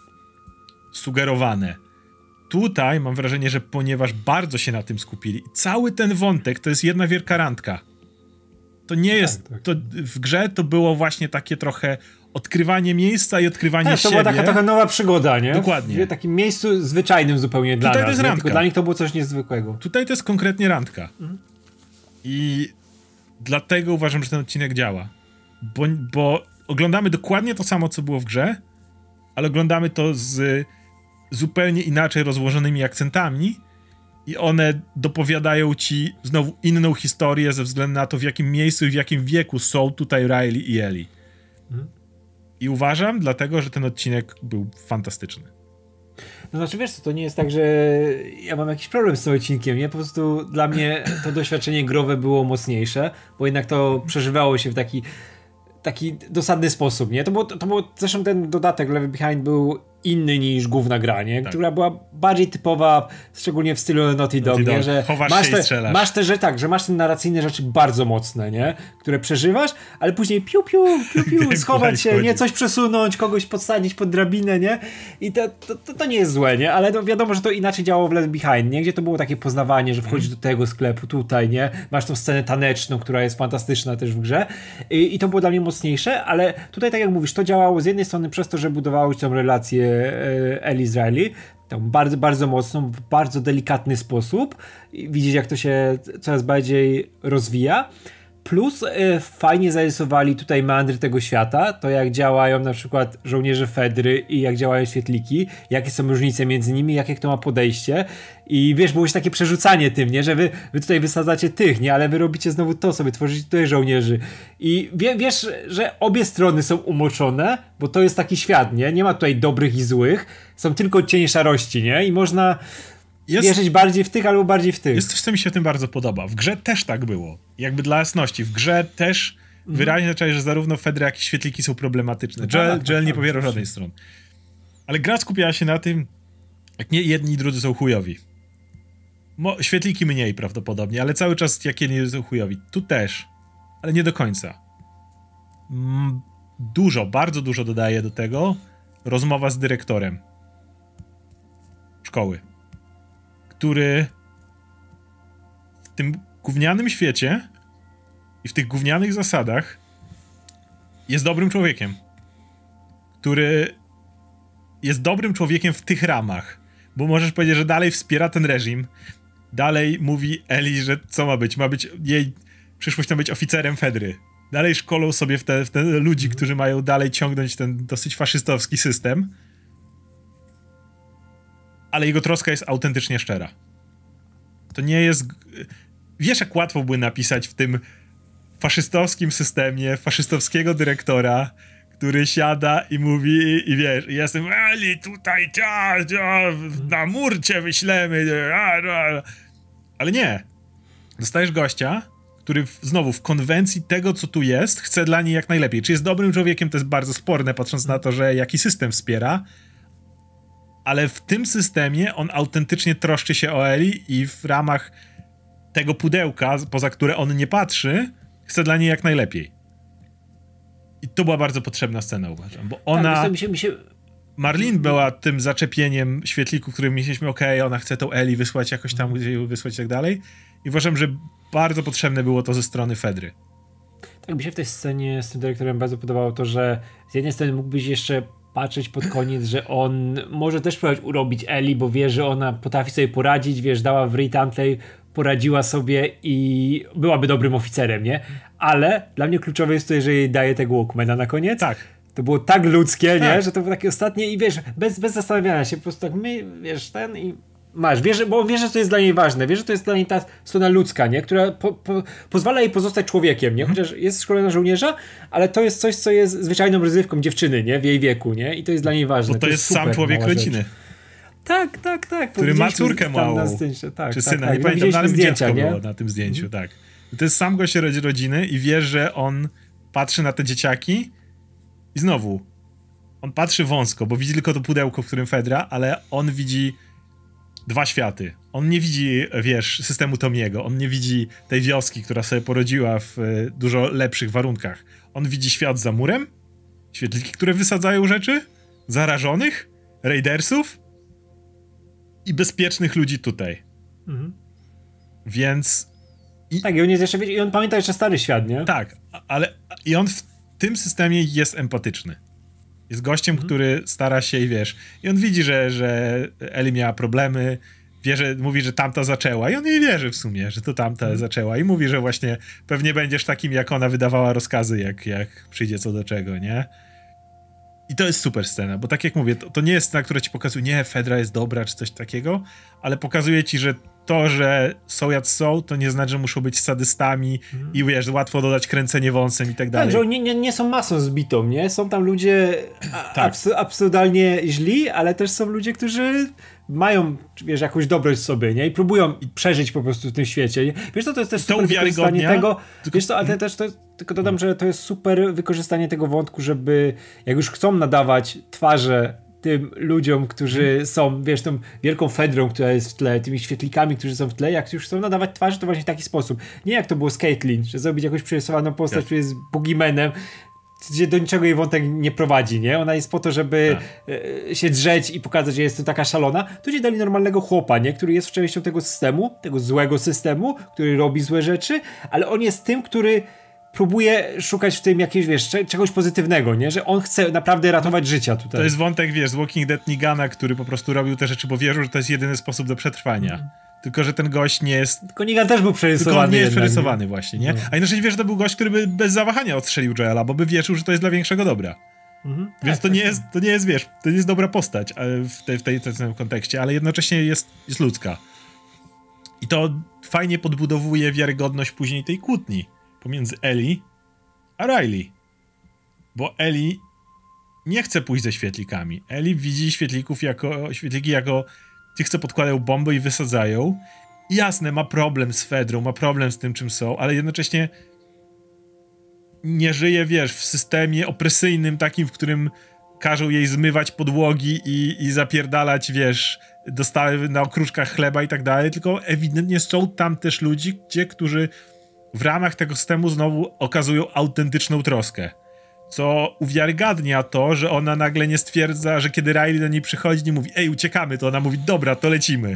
sugerowane. Tutaj mam wrażenie, że ponieważ bardzo się na tym skupili, cały ten wątek to jest jedna wielka randka. To nie jest... Tak. To w grze to było właśnie takie trochę odkrywanie miejsca i odkrywanie siebie. To była taka trochę nowa przygoda, nie? Dokładnie. W takim miejscu zwyczajnym zupełnie dla nas. To jest randka. Tylko dla nich to było coś niezwykłego. Tutaj to jest konkretnie randka. I dlatego uważam, że ten odcinek działa. Bo oglądamy dokładnie to samo, co było w grze, ale oglądamy to z zupełnie inaczej rozłożonymi akcentami i one dopowiadają ci znowu inną historię ze względu na to, w jakim miejscu i w jakim wieku są tutaj Riley i Ellie. I uważam dlatego, że ten odcinek był fantastyczny. No znaczy wiesz co, to nie jest tak, że ja mam jakiś problem z tym odcinkiem, nie? Po prostu dla mnie to doświadczenie growe było mocniejsze, bo jednak to przeżywało się w taki dosadny sposób, nie? To było zresztą ten dodatek Level Behind był inny niż główna gra, nie? Tak. Która była bardziej typowa, szczególnie w stylu Naughty Dog, nie? Że chowasz się i strzelasz. że masz te narracyjne rzeczy bardzo mocne, nie? Które przeżywasz, ale później piu, piu, piu, piu, schować się, nie? Coś przesunąć, kogoś podsadzić pod drabinę, nie? I to nie jest złe, nie? Ale wiadomo, że to inaczej działało w Left Behind, nie? Gdzie to było takie poznawanie, że wchodzisz do tego sklepu tutaj, nie? Masz tą scenę taneczną, która jest fantastyczna też w grze i to było dla mnie mocniejsze, ale tutaj tak jak mówisz, to działało z jednej strony przez to, że budowało się tą relację Ellie z Riley, tą bardzo, bardzo mocną, w bardzo delikatny sposób. I widzieć, jak to się coraz bardziej rozwija. Plus fajnie zarysowali tutaj meandry tego świata, to jak działają na przykład żołnierze Fedry i jak działają świetliki, jakie są różnice między nimi, jakie kto ma podejście. I wiesz, było się takie przerzucanie tym, nie? Że wy tutaj wysadzacie tych, nie? Ale wy robicie znowu to sobie, tworzycie tutaj żołnierzy. I wiesz, że obie strony są umoczone, bo to jest taki świat, nie? Nie ma tutaj dobrych i złych, są tylko cienie szarości, nie? I można wierzyć bardziej w tych albo bardziej w tych. Jest coś, co mi się w tym bardzo podoba. W grze też tak było. Jakby dla jasności. W grze też wyraźnie zaczęli, że zarówno Fedra, jak i świetliki są problematyczne. Joel nie pobiera żadnej strony. Ale gra skupiała się na tym, jak nie jedni i drudzy są chujowi. Świetliki mniej prawdopodobnie, ale cały czas jak jedni są chujowi. Tu też, ale nie do końca. Bardzo dużo dodaje do tego rozmowa z dyrektorem szkoły, który w tym gównianym świecie i w tych gównianych zasadach jest dobrym człowiekiem. Który jest dobrym człowiekiem w tych ramach. Bo możesz powiedzieć, że dalej wspiera ten reżim. Dalej mówi Eli, że co ma być? Ma być jej przyszłość, ma być oficerem Fedry. Dalej szkolą sobie w te ludzi, którzy mają dalej ciągnąć ten dosyć faszystowski system. Ale jego troska jest autentycznie szczera. To nie jest... Wiesz, jak łatwo by napisać w tym faszystowskim systemie faszystowskiego dyrektora, który siada i mówi i wiesz, jestem Eli tutaj, na mur cię wyślemy. Ale nie. Dostajesz gościa, który znowu w konwencji tego, co tu jest, chce dla niej jak najlepiej. Czy jest dobrym człowiekiem, to jest bardzo sporne, patrząc na to, że jaki system wspiera, ale w tym systemie on autentycznie troszczy się o Eli i w ramach tego pudełka, poza które on nie patrzy, chce dla niej jak najlepiej. I to była bardzo potrzebna scena, uważam, bo ona... Tak, Marlene była tym zaczepieniem świetlików, którym myśleliśmy, ona chce tą Eli wysłać jakoś tam, gdzie ją wysłać i tak dalej. I uważam, że bardzo potrzebne było to ze strony Fedry. Tak, mi się w tej scenie z tym dyrektorem bardzo podobało to, że z jednej strony mógłbyś jeszcze patrzeć pod koniec, że on może też próbować urobić Eli, bo wie, że ona potrafi sobie poradzić, wiesz, dała w Ray Tantley, poradziła sobie i byłaby dobrym oficerem, nie? Ale dla mnie kluczowe jest to, że jej daje tego Walkmana na koniec. Tak. To było tak ludzkie, tak, nie? Że to było takie ostatnie i wiesz, bez zastanawiania się, po prostu tak wiesz, i masz, bo on wie, że to jest dla niej ważne, wie, że to jest dla niej ta strona ludzka, nie? Która pozwala jej pozostać człowiekiem, nie? Chociaż jest szkolona żołnierza, ale to jest coś, co jest zwyczajną rozrywką dziewczyny, nie? W jej wieku, nie? I to jest dla niej ważne. Bo to jest sam człowiek rodziny. Tak. Który ma córkę małą. Czy syna, nie pamiętam, ale dziecko było na tym zdjęciu, tak. To jest sam gość rodziny i wie, że on patrzy na te dzieciaki i znowu, on patrzy wąsko, bo widzi tylko to pudełko, w którym Fedra, ale on widzi dwa światy. On nie widzi, wiesz, systemu Tomiego. On nie widzi tej wioski, która sobie porodziła w dużo lepszych warunkach. On widzi świat za murem, świetliki, które wysadzają rzeczy, zarażonych, raidersów i bezpiecznych ludzi tutaj. Więc... Tak, i on jest jeszcze, i on pamięta jeszcze stary świat, nie? Tak, ale i on w tym systemie jest empatyczny. Jest gościem, który stara się i wiesz, i on widzi, że Eli miała problemy, mówi, że tamta zaczęła i on jej wierzy w sumie, że to tamta zaczęła i mówi, że właśnie pewnie będziesz takim, jak ona wydawała rozkazy, jak przyjdzie co do czego, nie? I to jest super scena, bo tak jak mówię, to nie jest scena, która ci pokazuje, nie, Fedra jest dobra, czy coś takiego, ale pokazuje ci, że to, że są jak są, to nie znaczy, że muszą być sadystami i wiesz, łatwo dodać kręcenie wąsem i tak dalej. Tak, że oni nie są masą zbitą, nie? Są tam ludzie Tak. absurdalnie źli, ale też są ludzie, którzy mają, wiesz, jakąś dobroć w sobie, nie? I próbują przeżyć po prostu w tym świecie. Nie? Wiesz co, to jest też super wykorzystanie tego. Wiesz co, ale też tylko dodam, że to jest super wykorzystanie tego wątku, żeby jak już chcą nadawać twarze tym ludziom, którzy są, wiesz, tą wielką fedrą, która jest w tle, tymi świetlikami, którzy są w tle, jak już chcą nadawać twarze, to właśnie w taki sposób. Nie jak to było z Caitlyn, że zrobić jakąś przerysowaną postać, która jest boogeymanem, gdzie do niczego jej wątek nie prowadzi, nie? Ona jest po to, żeby się drzeć i pokazać, że jest to taka szalona. Tu ci dali normalnego chłopa, nie? Który jest częścią tego systemu, tego złego systemu, który robi złe rzeczy, ale on jest tym, który próbuje szukać w tym jakiegoś, wiesz, czegoś pozytywnego, nie? Że on chce naprawdę ratować życia tutaj. To jest wątek, wiesz, z Walking Dead Negana, który po prostu robił te rzeczy, bo wierzył, że to jest jedyny sposób do przetrwania. Tylko, że ten gość nie jest... Tylko Negan też był przerysowany. Tylko on nie jest jednak, przerysowany właśnie, nie? A inaczej wiesz, że to był gość, który by bez zawahania odstrzelił Joela, bo by wierzył, że to jest dla większego dobra. Więc to nie jest, wiesz, to nie jest dobra postać w tym kontekście, ale jednocześnie jest ludzka. I to fajnie podbudowuje wiarygodność później tej kłótni pomiędzy Ellie a Riley. Bo Ellie nie chce pójść ze świetlikami. Ellie widzi świetliki jako tych, co podkładają bomby i wysadzają. I jasne, ma problem z Fedrą, ma problem z tym, czym są, ale jednocześnie nie żyje, wiesz, w systemie opresyjnym takim, w którym każą jej zmywać podłogi i zapierdalać, wiesz, dostawy na okruszkach chleba i tak dalej, tylko ewidentnie są tam też ludzie, którzy w ramach tego systemu znowu okazują autentyczną troskę. Co uwiarygadnia to, że ona nagle nie stwierdza, że kiedy Riley do niej przychodzi i mówi, ej, uciekamy, to ona mówi, dobra, to lecimy.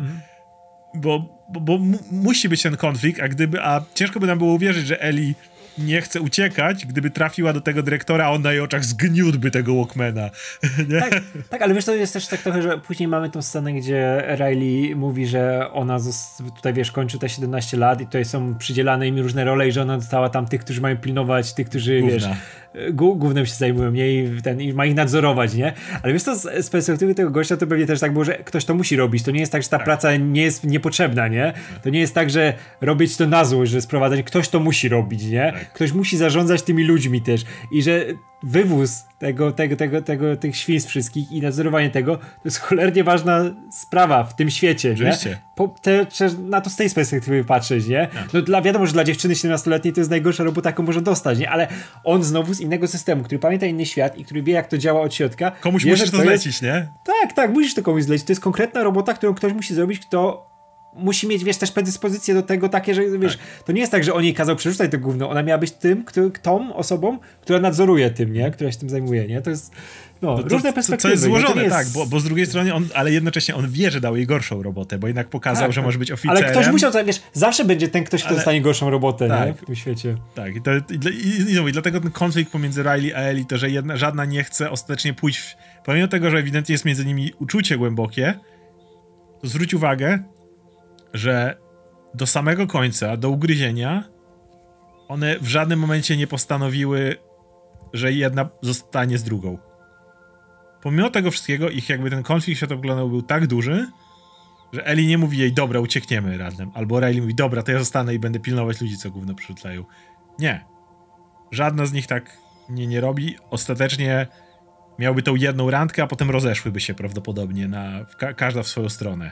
Bo musi być ten konflikt, a ciężko by nam było uwierzyć, że Ellie nie chce uciekać, gdyby trafiła do tego dyrektora, a on na jej oczach zgniótłby tego Walkmana. Tak, ale wiesz, to jest też tak trochę, że później mamy tą scenę, gdzie Riley mówi, że ona tutaj, wiesz, kończy te 17 lat i tutaj są przydzielane im różne role i że ona dostała tam tych, którzy mają pilnować, tych, którzy, Gówna. Wiesz, gównem się zajmują, nie? I ma ich nadzorować, nie? Ale wiesz co, z perspektywy tego gościa to pewnie też tak było, że ktoś to musi robić. To nie jest tak, że ta praca nie jest niepotrzebna, nie? To nie jest tak, że robić to na złość, że sprowadzać. Ktoś to musi robić, nie? Ktoś musi zarządzać tymi ludźmi też. I że wywóz tych świństw wszystkich i nadzorowanie tego, to jest cholernie ważna sprawa w tym świecie, Oczywiście. nie? Na to z tej perspektywy patrzeć, nie? No wiadomo, że dla dziewczyny 17-letniej to jest najgorsza robota, jaką może dostać, nie? Ale on znowu z innego systemu, który pamięta inny świat i który wie, jak to działa od środka. Komuś musisz to zlecić, nie? Tak, musisz to komuś zlecić. To jest konkretna robota, którą ktoś musi zrobić, kto musi mieć, wiesz, też predyspozycje do tego takie, że wiesz, to nie jest tak, że on jej kazał przerzucać to gówno, ona miała być tą osobą, która nadzoruje tym, nie? Która się tym zajmuje, nie? To jest różne perspektywy. Co jest złożone, jest... tak, bo z drugiej strony ale jednocześnie on wie, że dał jej gorszą robotę, bo jednak pokazał, że może być oficerem. Ale ktoś musiał, wiesz, zawsze będzie ten ktoś, kto dostanie gorszą robotę, nie? W tym świecie. Tak, i dlatego ten konflikt pomiędzy Riley a Ellie, to, że żadna nie chce ostatecznie pójść, pomimo tego, że ewidentnie jest między nimi uczucie głębokie, to zwróć uwagę, że do samego końca, do ugryzienia, one w żadnym momencie nie postanowiły, że jedna zostanie z drugą. Pomimo tego wszystkiego, ich jakby ten konflikt światopoglądowy był tak duży, że Ellie nie mówi jej, dobra, uciekniemy razem. Albo Riley mówi, dobra, to ja zostanę i będę pilnować ludzi, co gówno przytlają. Nie. Żadna z nich tak nie robi. Ostatecznie miałby tą jedną randkę, a potem rozeszłyby się prawdopodobnie każda w swoją stronę.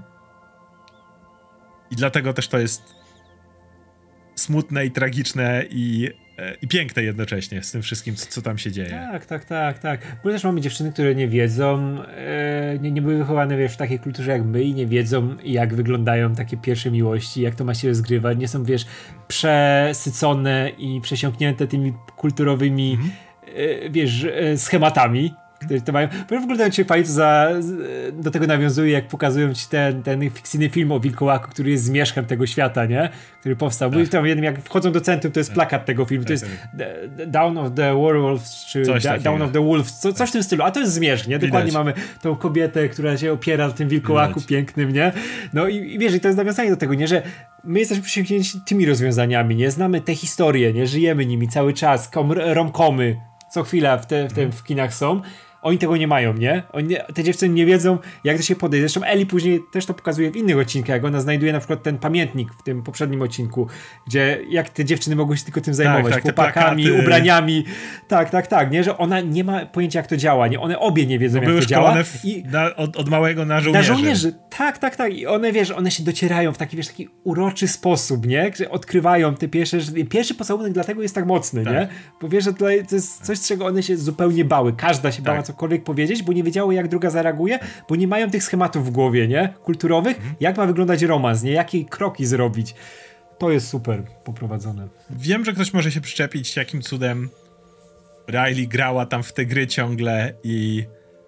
I dlatego też to jest smutne i tragiczne i piękne jednocześnie z tym wszystkim, co tam się dzieje. Tak. Bo też mamy dziewczyny, które nie wiedzą, nie były wychowane, wiesz, w takiej kulturze jak my i nie wiedzą, jak wyglądają takie pierwsze miłości, jak to ma się rozgrywać. Nie są, wiesz, przesycone i przesiąknięte tymi kulturowymi, wiesz, schematami, które to mają. Bo w ogóle to cię fajnie do tego nawiązuje, jak pokazują ci ten fikcyjny film o wilkołaku, który jest zmierzchem tego świata, nie? Który powstał. Bo tam jednym, jak wchodzą do centrum, to jest plakat tego filmu. To jest Dawn of the Werewolves, czy Dawn of the Wolves, coś w tym stylu. A to jest zmierzch, nie? Dokładnie mamy tą kobietę, która się opiera na tym wilkołaku pięknym, nie? No i wiesz, i to jest nawiązanie do tego, nie? Że my jesteśmy przysięgnięci tymi rozwiązaniami, nie? Znamy te historie, nie? Żyjemy nimi cały czas, romkomy co chwila w kinach są, Oni tego nie mają, nie? Te dziewczyny nie wiedzą, jak do siebie podejść. Zresztą Ellie później też to pokazuje w innych odcinkach, jak ona znajduje na przykład ten pamiętnik w tym poprzednim odcinku, gdzie jak te dziewczyny mogły się tylko tym zajmować, chłopakami, ubraniami. Tak, nie? Że ona nie ma pojęcia, jak to działa, nie? One obie nie wiedzą, jak to działa. Od małego na żołnierzy. Na żołnierzy, tak. I one, wiesz, one się docierają w taki, wiesz, taki uroczy sposób, nie? Że odkrywają te pierwszy pocałunek dlatego jest tak mocny, nie? Bo wiesz, że to jest coś, z czego one się zupełnie bały. Każda się bała cokolwiek powiedzieć, bo nie wiedziały, jak druga zareaguje, bo nie mają tych schematów w głowie, nie? Kulturowych, jak ma wyglądać romans, nie? Jakie kroki zrobić. To jest super poprowadzone. Wiem, że ktoś może się przyczepić, jakim cudem Riley grała tam w te gry ciągle i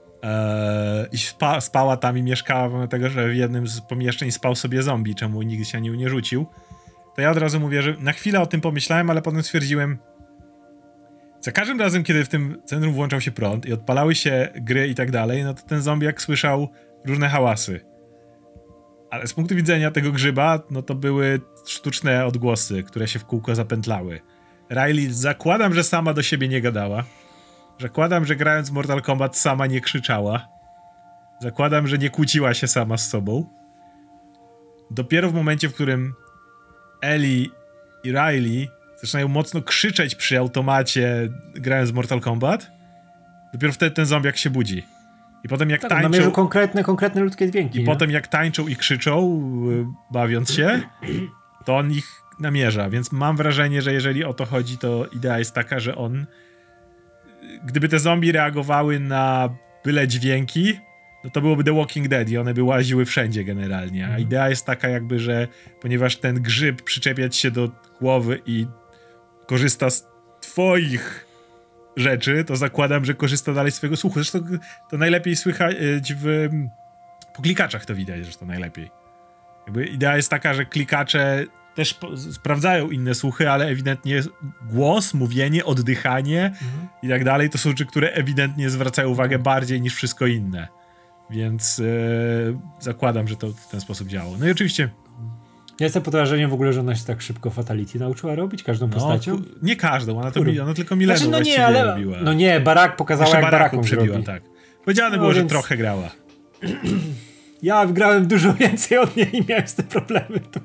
spała tam i mieszkała, pomimo tego, że w jednym z pomieszczeń spał sobie zombie, czemu nigdy się nie rzucił. To ja od razu mówię, że na chwilę o tym pomyślałem, ale potem stwierdziłem, za każdym razem, kiedy w tym centrum włączał się prąd i odpalały się gry i tak dalej, no to ten zombiak słyszał różne hałasy. Ale z punktu widzenia tego grzyba, no to były sztuczne odgłosy, które się w kółko zapętlały. Riley, zakładam, że sama do siebie nie gadała. Zakładam, że grając w Mortal Kombat sama nie krzyczała. Zakładam, że nie kłóciła się sama z sobą. Dopiero w momencie, w którym Ellie i Riley zaczynają mocno krzyczeć przy automacie, grając w Mortal Kombat, dopiero wtedy ten zombiak się budzi. I potem jak tańczą... namierzył konkretne ludzkie dźwięki. I potem jak tańczą i krzyczą, bawiąc się, to on ich namierza. Więc mam wrażenie, że jeżeli o to chodzi, to idea jest taka, że on... Gdyby te zombie reagowały na byle dźwięki, no to byłoby The Walking Dead i one by łaziły wszędzie generalnie. A idea jest taka jakby, że ponieważ ten grzyb przyczepiać się do głowy i korzysta z twoich rzeczy, to zakładam, że korzysta dalej z swojego słuchu. Zresztą to najlepiej słychać po klikaczach to widać, że to najlepiej. Jakby idea jest taka, że klikacze też sprawdzają inne słuchy, ale ewidentnie głos, mówienie, oddychanie i tak dalej to są rzeczy, które ewidentnie zwracają uwagę bardziej niż wszystko inne. Więc zakładam, że to w ten sposób działało. No i oczywiście ja jestem pod wrażeniem w ogóle, że ona się tak szybko Fatality nauczyła robić każdą postacią. Nie każdą, ona tylko Milenę robiła. No nie, Barak pokazała, jeszcze jak Baraką przebiła, tak. Powiedziane było, że trochę grała. Ja grałem dużo więcej od niej i miałem z tym problemy tu.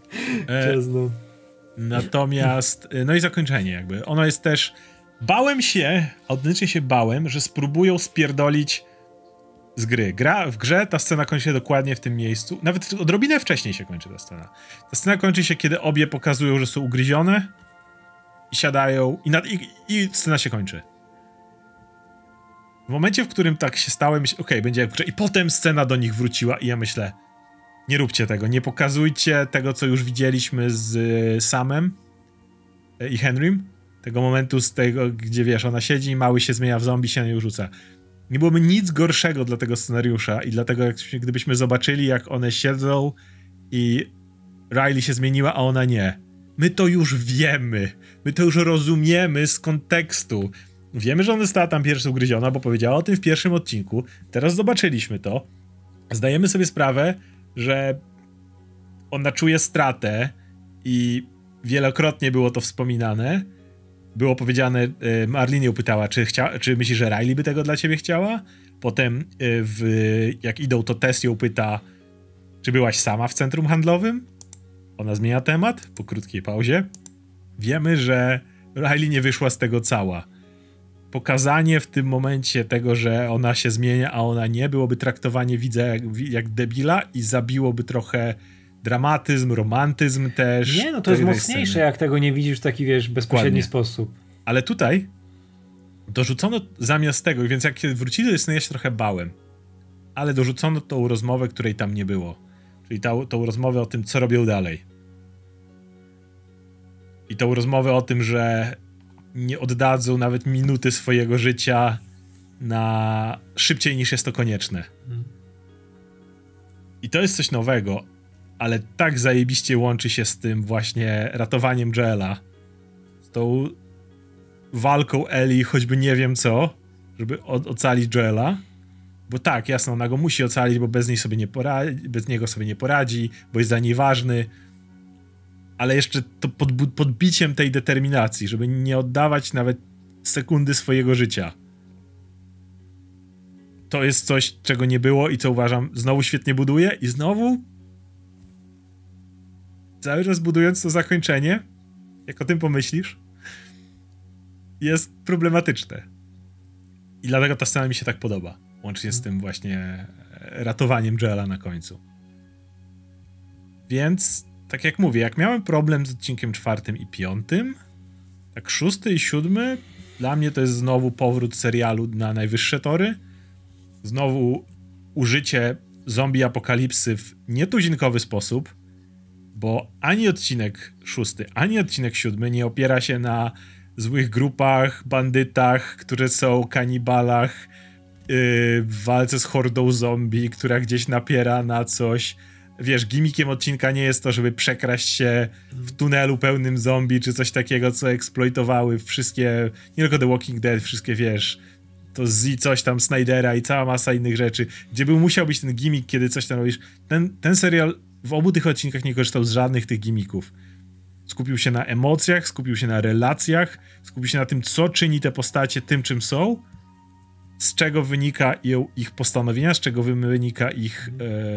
Natomiast, no i zakończenie jakby. Ono jest też... Autentycznie się bałem, że spróbują spierdolić z gry. W grze ta scena kończy się dokładnie w tym miejscu. Nawet odrobinę wcześniej się kończy ta scena. Ta scena kończy się, kiedy obie pokazują, że są ugryzione i siadają i scena się kończy. W momencie, w którym tak się stało, myślę, okej, będzie jak i potem scena do nich wróciła i ja myślę, nie róbcie tego, nie pokazujcie tego, co już widzieliśmy z Samem i Henrym. Tego momentu z tego, gdzie wiesz, ona siedzi, mały się zmienia w zombie, się na nią rzuca. Nie byłoby nic gorszego dla tego scenariusza i dlatego gdybyśmy zobaczyli, jak one siedzą i Riley się zmieniła, a ona nie. My to już wiemy. My to już rozumiemy z kontekstu. Wiemy, że ona została tam pierwsza ugryziona, bo powiedziała o tym w pierwszym odcinku. Teraz zobaczyliśmy to. Zdajemy sobie sprawę, że ona czuje stratę i wielokrotnie było to wspominane. Było powiedziane, Marlene ją pytała, czy myślisz, że Riley by tego dla ciebie chciała? Potem jak idą, to Tess ją pyta, czy byłaś sama w centrum handlowym? Ona zmienia temat po krótkiej pauzie. Wiemy, że Riley nie wyszła z tego cała. Pokazanie w tym momencie tego, że ona się zmienia, a ona nie, byłoby traktowanie widza jak debila i zabiłoby trochę dramatyzm, romantyzm też. Nie, no to jest mocniejsze, sceny. Jak tego nie widzisz w taki, wiesz, bezpośredni sposób. Ale tutaj dorzucono zamiast tego, więc jak wrócili do Disneya, ja się trochę bałem. Ale dorzucono tą rozmowę, której tam nie było. Czyli tą rozmowę o tym, co robią dalej. I tą rozmowę o tym, że nie oddadzą nawet minuty swojego życia na szybciej niż jest to konieczne. I to jest coś nowego, ale tak zajebiście łączy się z tym właśnie ratowaniem Joela, z tą walką Ellie, choćby nie wiem co, żeby ocalić Joela, bo tak, jasno, ona go musi ocalić, bo bez niego sobie nie poradzi, bo jest dla niej ważny, ale jeszcze to podbiciem tej determinacji, żeby nie oddawać nawet sekundy swojego życia. to jest coś, czego nie było i co uważam znowu świetnie buduje i znowu cały czas budując to zakończenie, jak o tym pomyślisz, jest problematyczne. I dlatego ta scena mi się tak podoba. Łącznie z tym właśnie ratowaniem Joela na końcu. Więc, tak jak mówię, jak miałem problem z odcinkiem 4 i 5, tak 6 i 7 dla mnie to jest znowu powrót serialu na najwyższe tory. Znowu użycie zombie apokalipsy w nietuzinkowy sposób, bo ani odcinek 6, ani odcinek 7 nie opiera się na złych grupach, bandytach, które są kanibalach, w walce z hordą zombie, która gdzieś napiera na coś. Wiesz, gimmickiem odcinka nie jest to, żeby przekraść się w tunelu pełnym zombie, czy coś takiego, co eksploitowały wszystkie, nie tylko The Walking Dead, wszystkie, wiesz, to coś tam Snydera i cała masa innych rzeczy, gdzie musiał być ten gimmick, kiedy coś tam robisz. Ten serial w obu tych odcinkach nie korzystał z żadnych tych gimmików. Skupił się na emocjach, skupił się na relacjach, skupił się na tym, co czyni te postacie tym, czym są, z czego wynika ich postanowienia, z czego wynika ich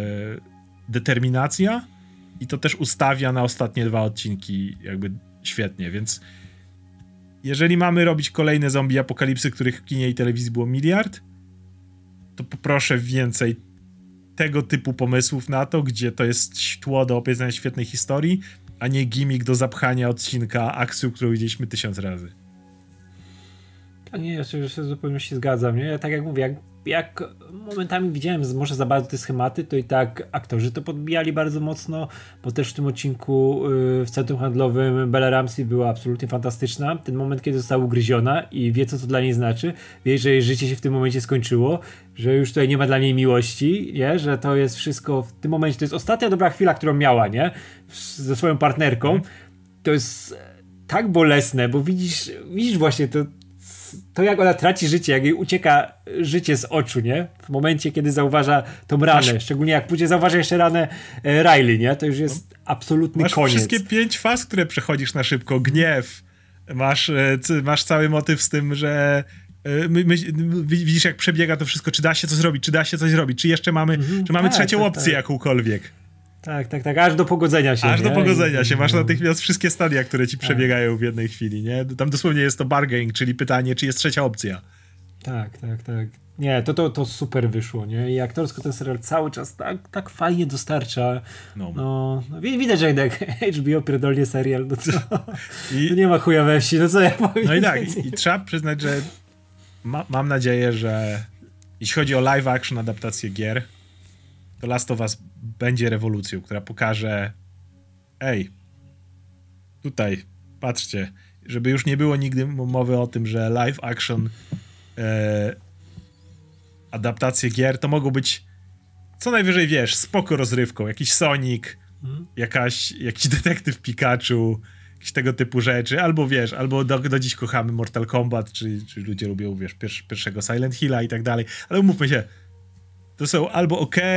determinacja i to też ustawia na ostatnie 2 odcinki jakby świetnie, więc jeżeli mamy robić kolejne zombie apokalipsy, których w kinie i telewizji było miliard, to poproszę więcej tego typu pomysłów na to, gdzie to jest tło do opowiedzenia świetnej historii, a nie gimmick do zapchania odcinka akcją, którą widzieliśmy 1000 razy. A nie, ja się zupełnie się zgadzam, nie? Ja tak jak mówię, jak momentami widziałem może za bardzo te schematy, to i tak aktorzy to podbijali bardzo mocno, bo też w tym odcinku w centrum handlowym Bella Ramsey była absolutnie fantastyczna. Ten moment, kiedy została ugryziona i wie, co to dla niej znaczy, wie, że jej życie się w tym momencie skończyło, że już tutaj nie ma dla niej miłości, nie? Że to jest wszystko w tym momencie, to jest ostatnia dobra chwila, którą miała, nie? Ze swoją partnerką. To jest tak bolesne, bo widzisz właśnie to jak ona traci życie, jak jej ucieka życie z oczu, nie? W momencie, kiedy zauważa tą ranę, szczególnie jak później zauważa jeszcze ranę Riley, nie? To już jest absolutny koniec. Masz wszystkie 5 faz, które przechodzisz na szybko. Gniew. Masz cały motyw z tym, że widzisz, jak przebiega to wszystko, czy da się coś zrobić, czy jeszcze mamy, czy mamy trzecią opcję jakąkolwiek. Tak, aż do pogodzenia się. Do pogodzenia się. Masz natychmiast wszystkie stadia, które ci przebiegają w jednej chwili, nie? Tam dosłownie jest to bargain, czyli pytanie, czy jest trzecia opcja. Tak. Nie, to super wyszło, nie? I aktorsko ten serial cały czas tak fajnie dostarcza. No, widać, że jednak HBO pierdolnie serial, no co? To nie ma chuja we wsi, no co ja powiem. No i tak, i trzeba przyznać, że mam nadzieję, że jeśli chodzi o live action adaptację gier, to Last of Us będzie rewolucją, która pokaże tutaj, patrzcie, żeby już nie było nigdy mowy o tym, że live action adaptacje gier to mogą być co najwyżej, wiesz, spoko rozrywką, jakiś Sonic, jakiś detektyw Pikachu, jakieś tego typu rzeczy, albo wiesz, albo do dziś kochamy Mortal Kombat, czy ludzie lubią, wiesz, pierwszego Silent Hilla i tak dalej, ale umówmy się, to są albo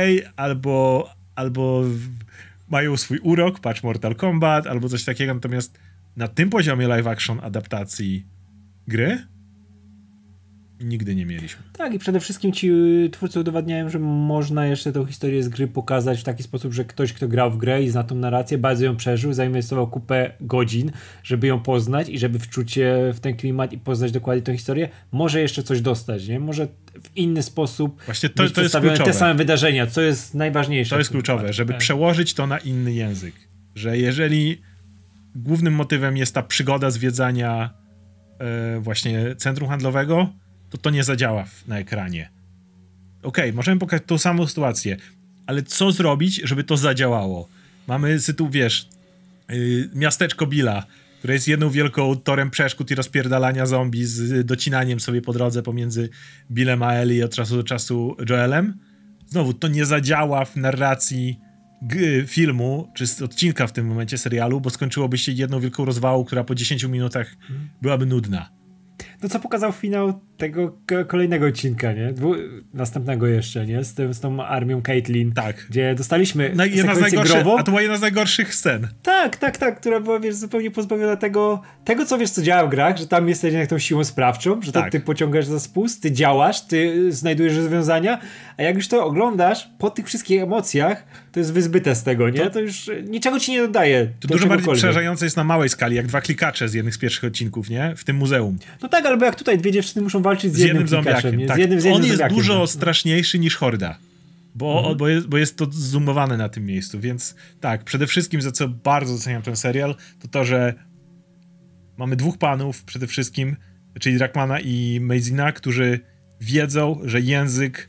albo mają swój urok, patrz Mortal Kombat, albo coś takiego, natomiast na tym poziomie live action adaptacji gry nigdy nie mieliśmy. Tak, i przede wszystkim ci twórcy udowadniają, że można jeszcze tę historię z gry pokazać w taki sposób, że ktoś, kto grał w grę i zna tą narrację, bardzo ją przeżył, zainwestował kupę godzin, żeby ją poznać i żeby wczuć się w ten klimat i poznać dokładnie tę historię, może jeszcze coś dostać, nie? Może w inny sposób właśnie to jest kluczowe. Te same wydarzenia, co jest najważniejsze. To jest kluczowe, żeby przełożyć to na inny język. Że jeżeli głównym motywem jest ta przygoda zwiedzania właśnie centrum handlowego, to nie zadziała na ekranie. Okej, możemy pokazać tą samą sytuację, ale co zrobić, żeby to zadziałało? Mamy wiesz, miasteczko Billa, które jest jedną wielką torem przeszkód i rozpierdalania zombie z docinaniem sobie po drodze pomiędzy Billem a Ellie od czasu do czasu Joelem. Znowu, to nie zadziała w narracji filmu, czy odcinka w tym momencie serialu, bo skończyłoby się jedną wielką rozwałą, która po 10 minutach byłaby nudna. No co pokazał finał tego kolejnego odcinka, nie? Następnego jeszcze, nie? Z tą armią Caitlyn. Tak. Gdzie dostaliśmy sekwencję grową. A to była jedna z najgorszych scen. Tak, która była, wiesz, zupełnie pozbawiona tego, co wiesz, co działa w grach, że tam jesteś jak tą siłą sprawczą, że ty pociągasz za spust, ty działasz, ty znajdujesz rozwiązania, a jak już to oglądasz, po tych wszystkich emocjach, to jest wyzbyte z tego, nie? To już niczego ci nie dodaje. To dużo bardziej przerażające jest na małej skali, jak 2 klikacze z jednych z pierwszych odcinków, nie? W tym muzeum. No tak, albo jak tutaj 2 dziewczyny muszą walczyć z jednym zombiakiem. Tak. On jest dużo straszniejszy niż Horda. Bo jest to zoomowane na tym miejscu, więc tak, przede wszystkim za co bardzo doceniam ten serial, to, że mamy 2 panów przede wszystkim, czyli Druckmana i Mazina, którzy wiedzą, że język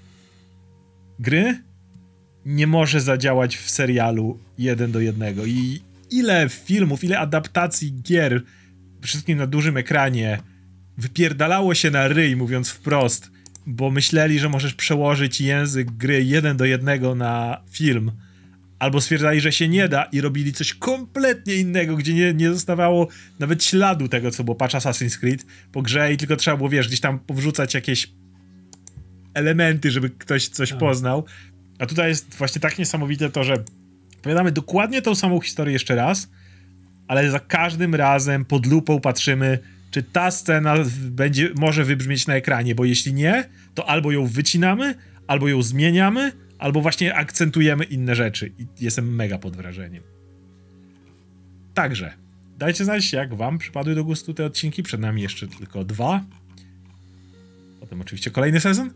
gry nie może zadziałać w serialu 1:1. I ile filmów, ile adaptacji gier, przede wszystkim na dużym ekranie, wypierdalało się na ryj, mówiąc wprost, bo myśleli, że możesz przełożyć język gry 1:1 na film, albo stwierdzali, że się nie da i robili coś kompletnie innego, gdzie nie zostawało nawet śladu tego, co było patch Assassin's Creed po grze i tylko trzeba było, wiesz, gdzieś tam powrzucać jakieś elementy, żeby ktoś coś poznał. A tutaj jest właśnie tak niesamowite to, że opowiadamy dokładnie tą samą historię jeszcze raz, ale za każdym razem pod lupą patrzymy, czy ta scena może wybrzmieć na ekranie, bo jeśli nie, to albo ją wycinamy, albo ją zmieniamy, albo właśnie akcentujemy inne rzeczy. I jestem mega pod wrażeniem. Także, dajcie znać, jak wam przypadły do gustu te odcinki. Przed nami jeszcze tylko 2. Potem oczywiście kolejny sezon.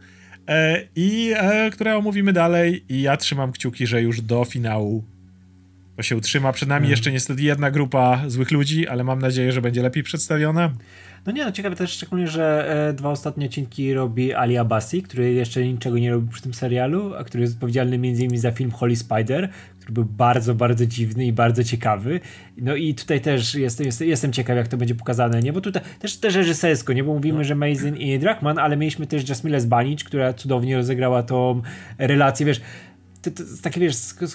Które omówimy dalej. I ja trzymam kciuki, że już do finału to się utrzyma. Przed nami jeszcze niestety jedna grupa złych ludzi, ale mam nadzieję, że będzie lepiej przedstawiona. No ciekawe też szczególnie, że 2 ostatnie odcinki robi Ali Abbasi, który jeszcze niczego nie robił przy tym serialu, a który jest odpowiedzialny m.in. za film Holy Spider, który był bardzo, bardzo dziwny i bardzo ciekawy. No i tutaj też jestem ciekaw, jak to będzie pokazane, nie? Bo tutaj też reżysersko, nie? Bo mówimy, że Mazin i Druckmann, ale mieliśmy też Jasmine Sbanic, która cudownie rozegrała tą relację, wiesz, to takie, wiesz,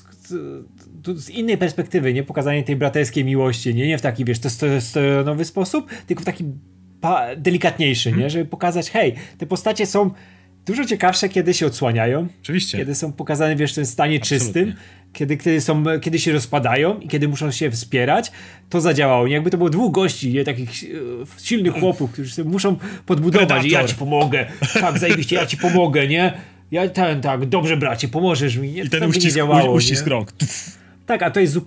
z innej perspektywy, nie? Pokazanie tej braterskiej miłości, nie w taki, wiesz, testosteronowy sposób, tylko w taki delikatniejszy, nie? Żeby pokazać, hej, te postacie są dużo ciekawsze, kiedy się odsłaniają. Oczywiście. Kiedy są pokazane, wiesz, w tym stanie czystym, kiedy się rozpadają i kiedy muszą się wspierać, to zadziałało. Nie? Jakby to było 2 gości, nie? Takich silnych chłopów, którzy sobie muszą podbudować. Predator. Ja ci pomogę. Tak, zajebiście, ja ci pomogę, nie? Tak, dobrze bracie, pomożesz mi. Nie? I ten uścisk rąk. Tak, a to jest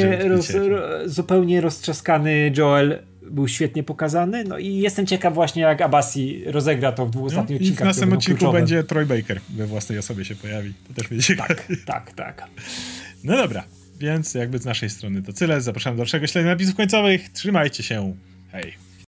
zupełnie roztrzaskany Joel. Był świetnie pokazany, no i jestem ciekaw właśnie, jak Abbasi rozegra to w 2 ostatnich odcinkach. I w następnym odcinku będzie Troy Baker we własnej osobie się pojawi. To też będzie ciekawe. Tak. No dobra, więc jakby z naszej strony to tyle. Zapraszam do dalszego śledzenia napisów końcowych. Trzymajcie się. Hej.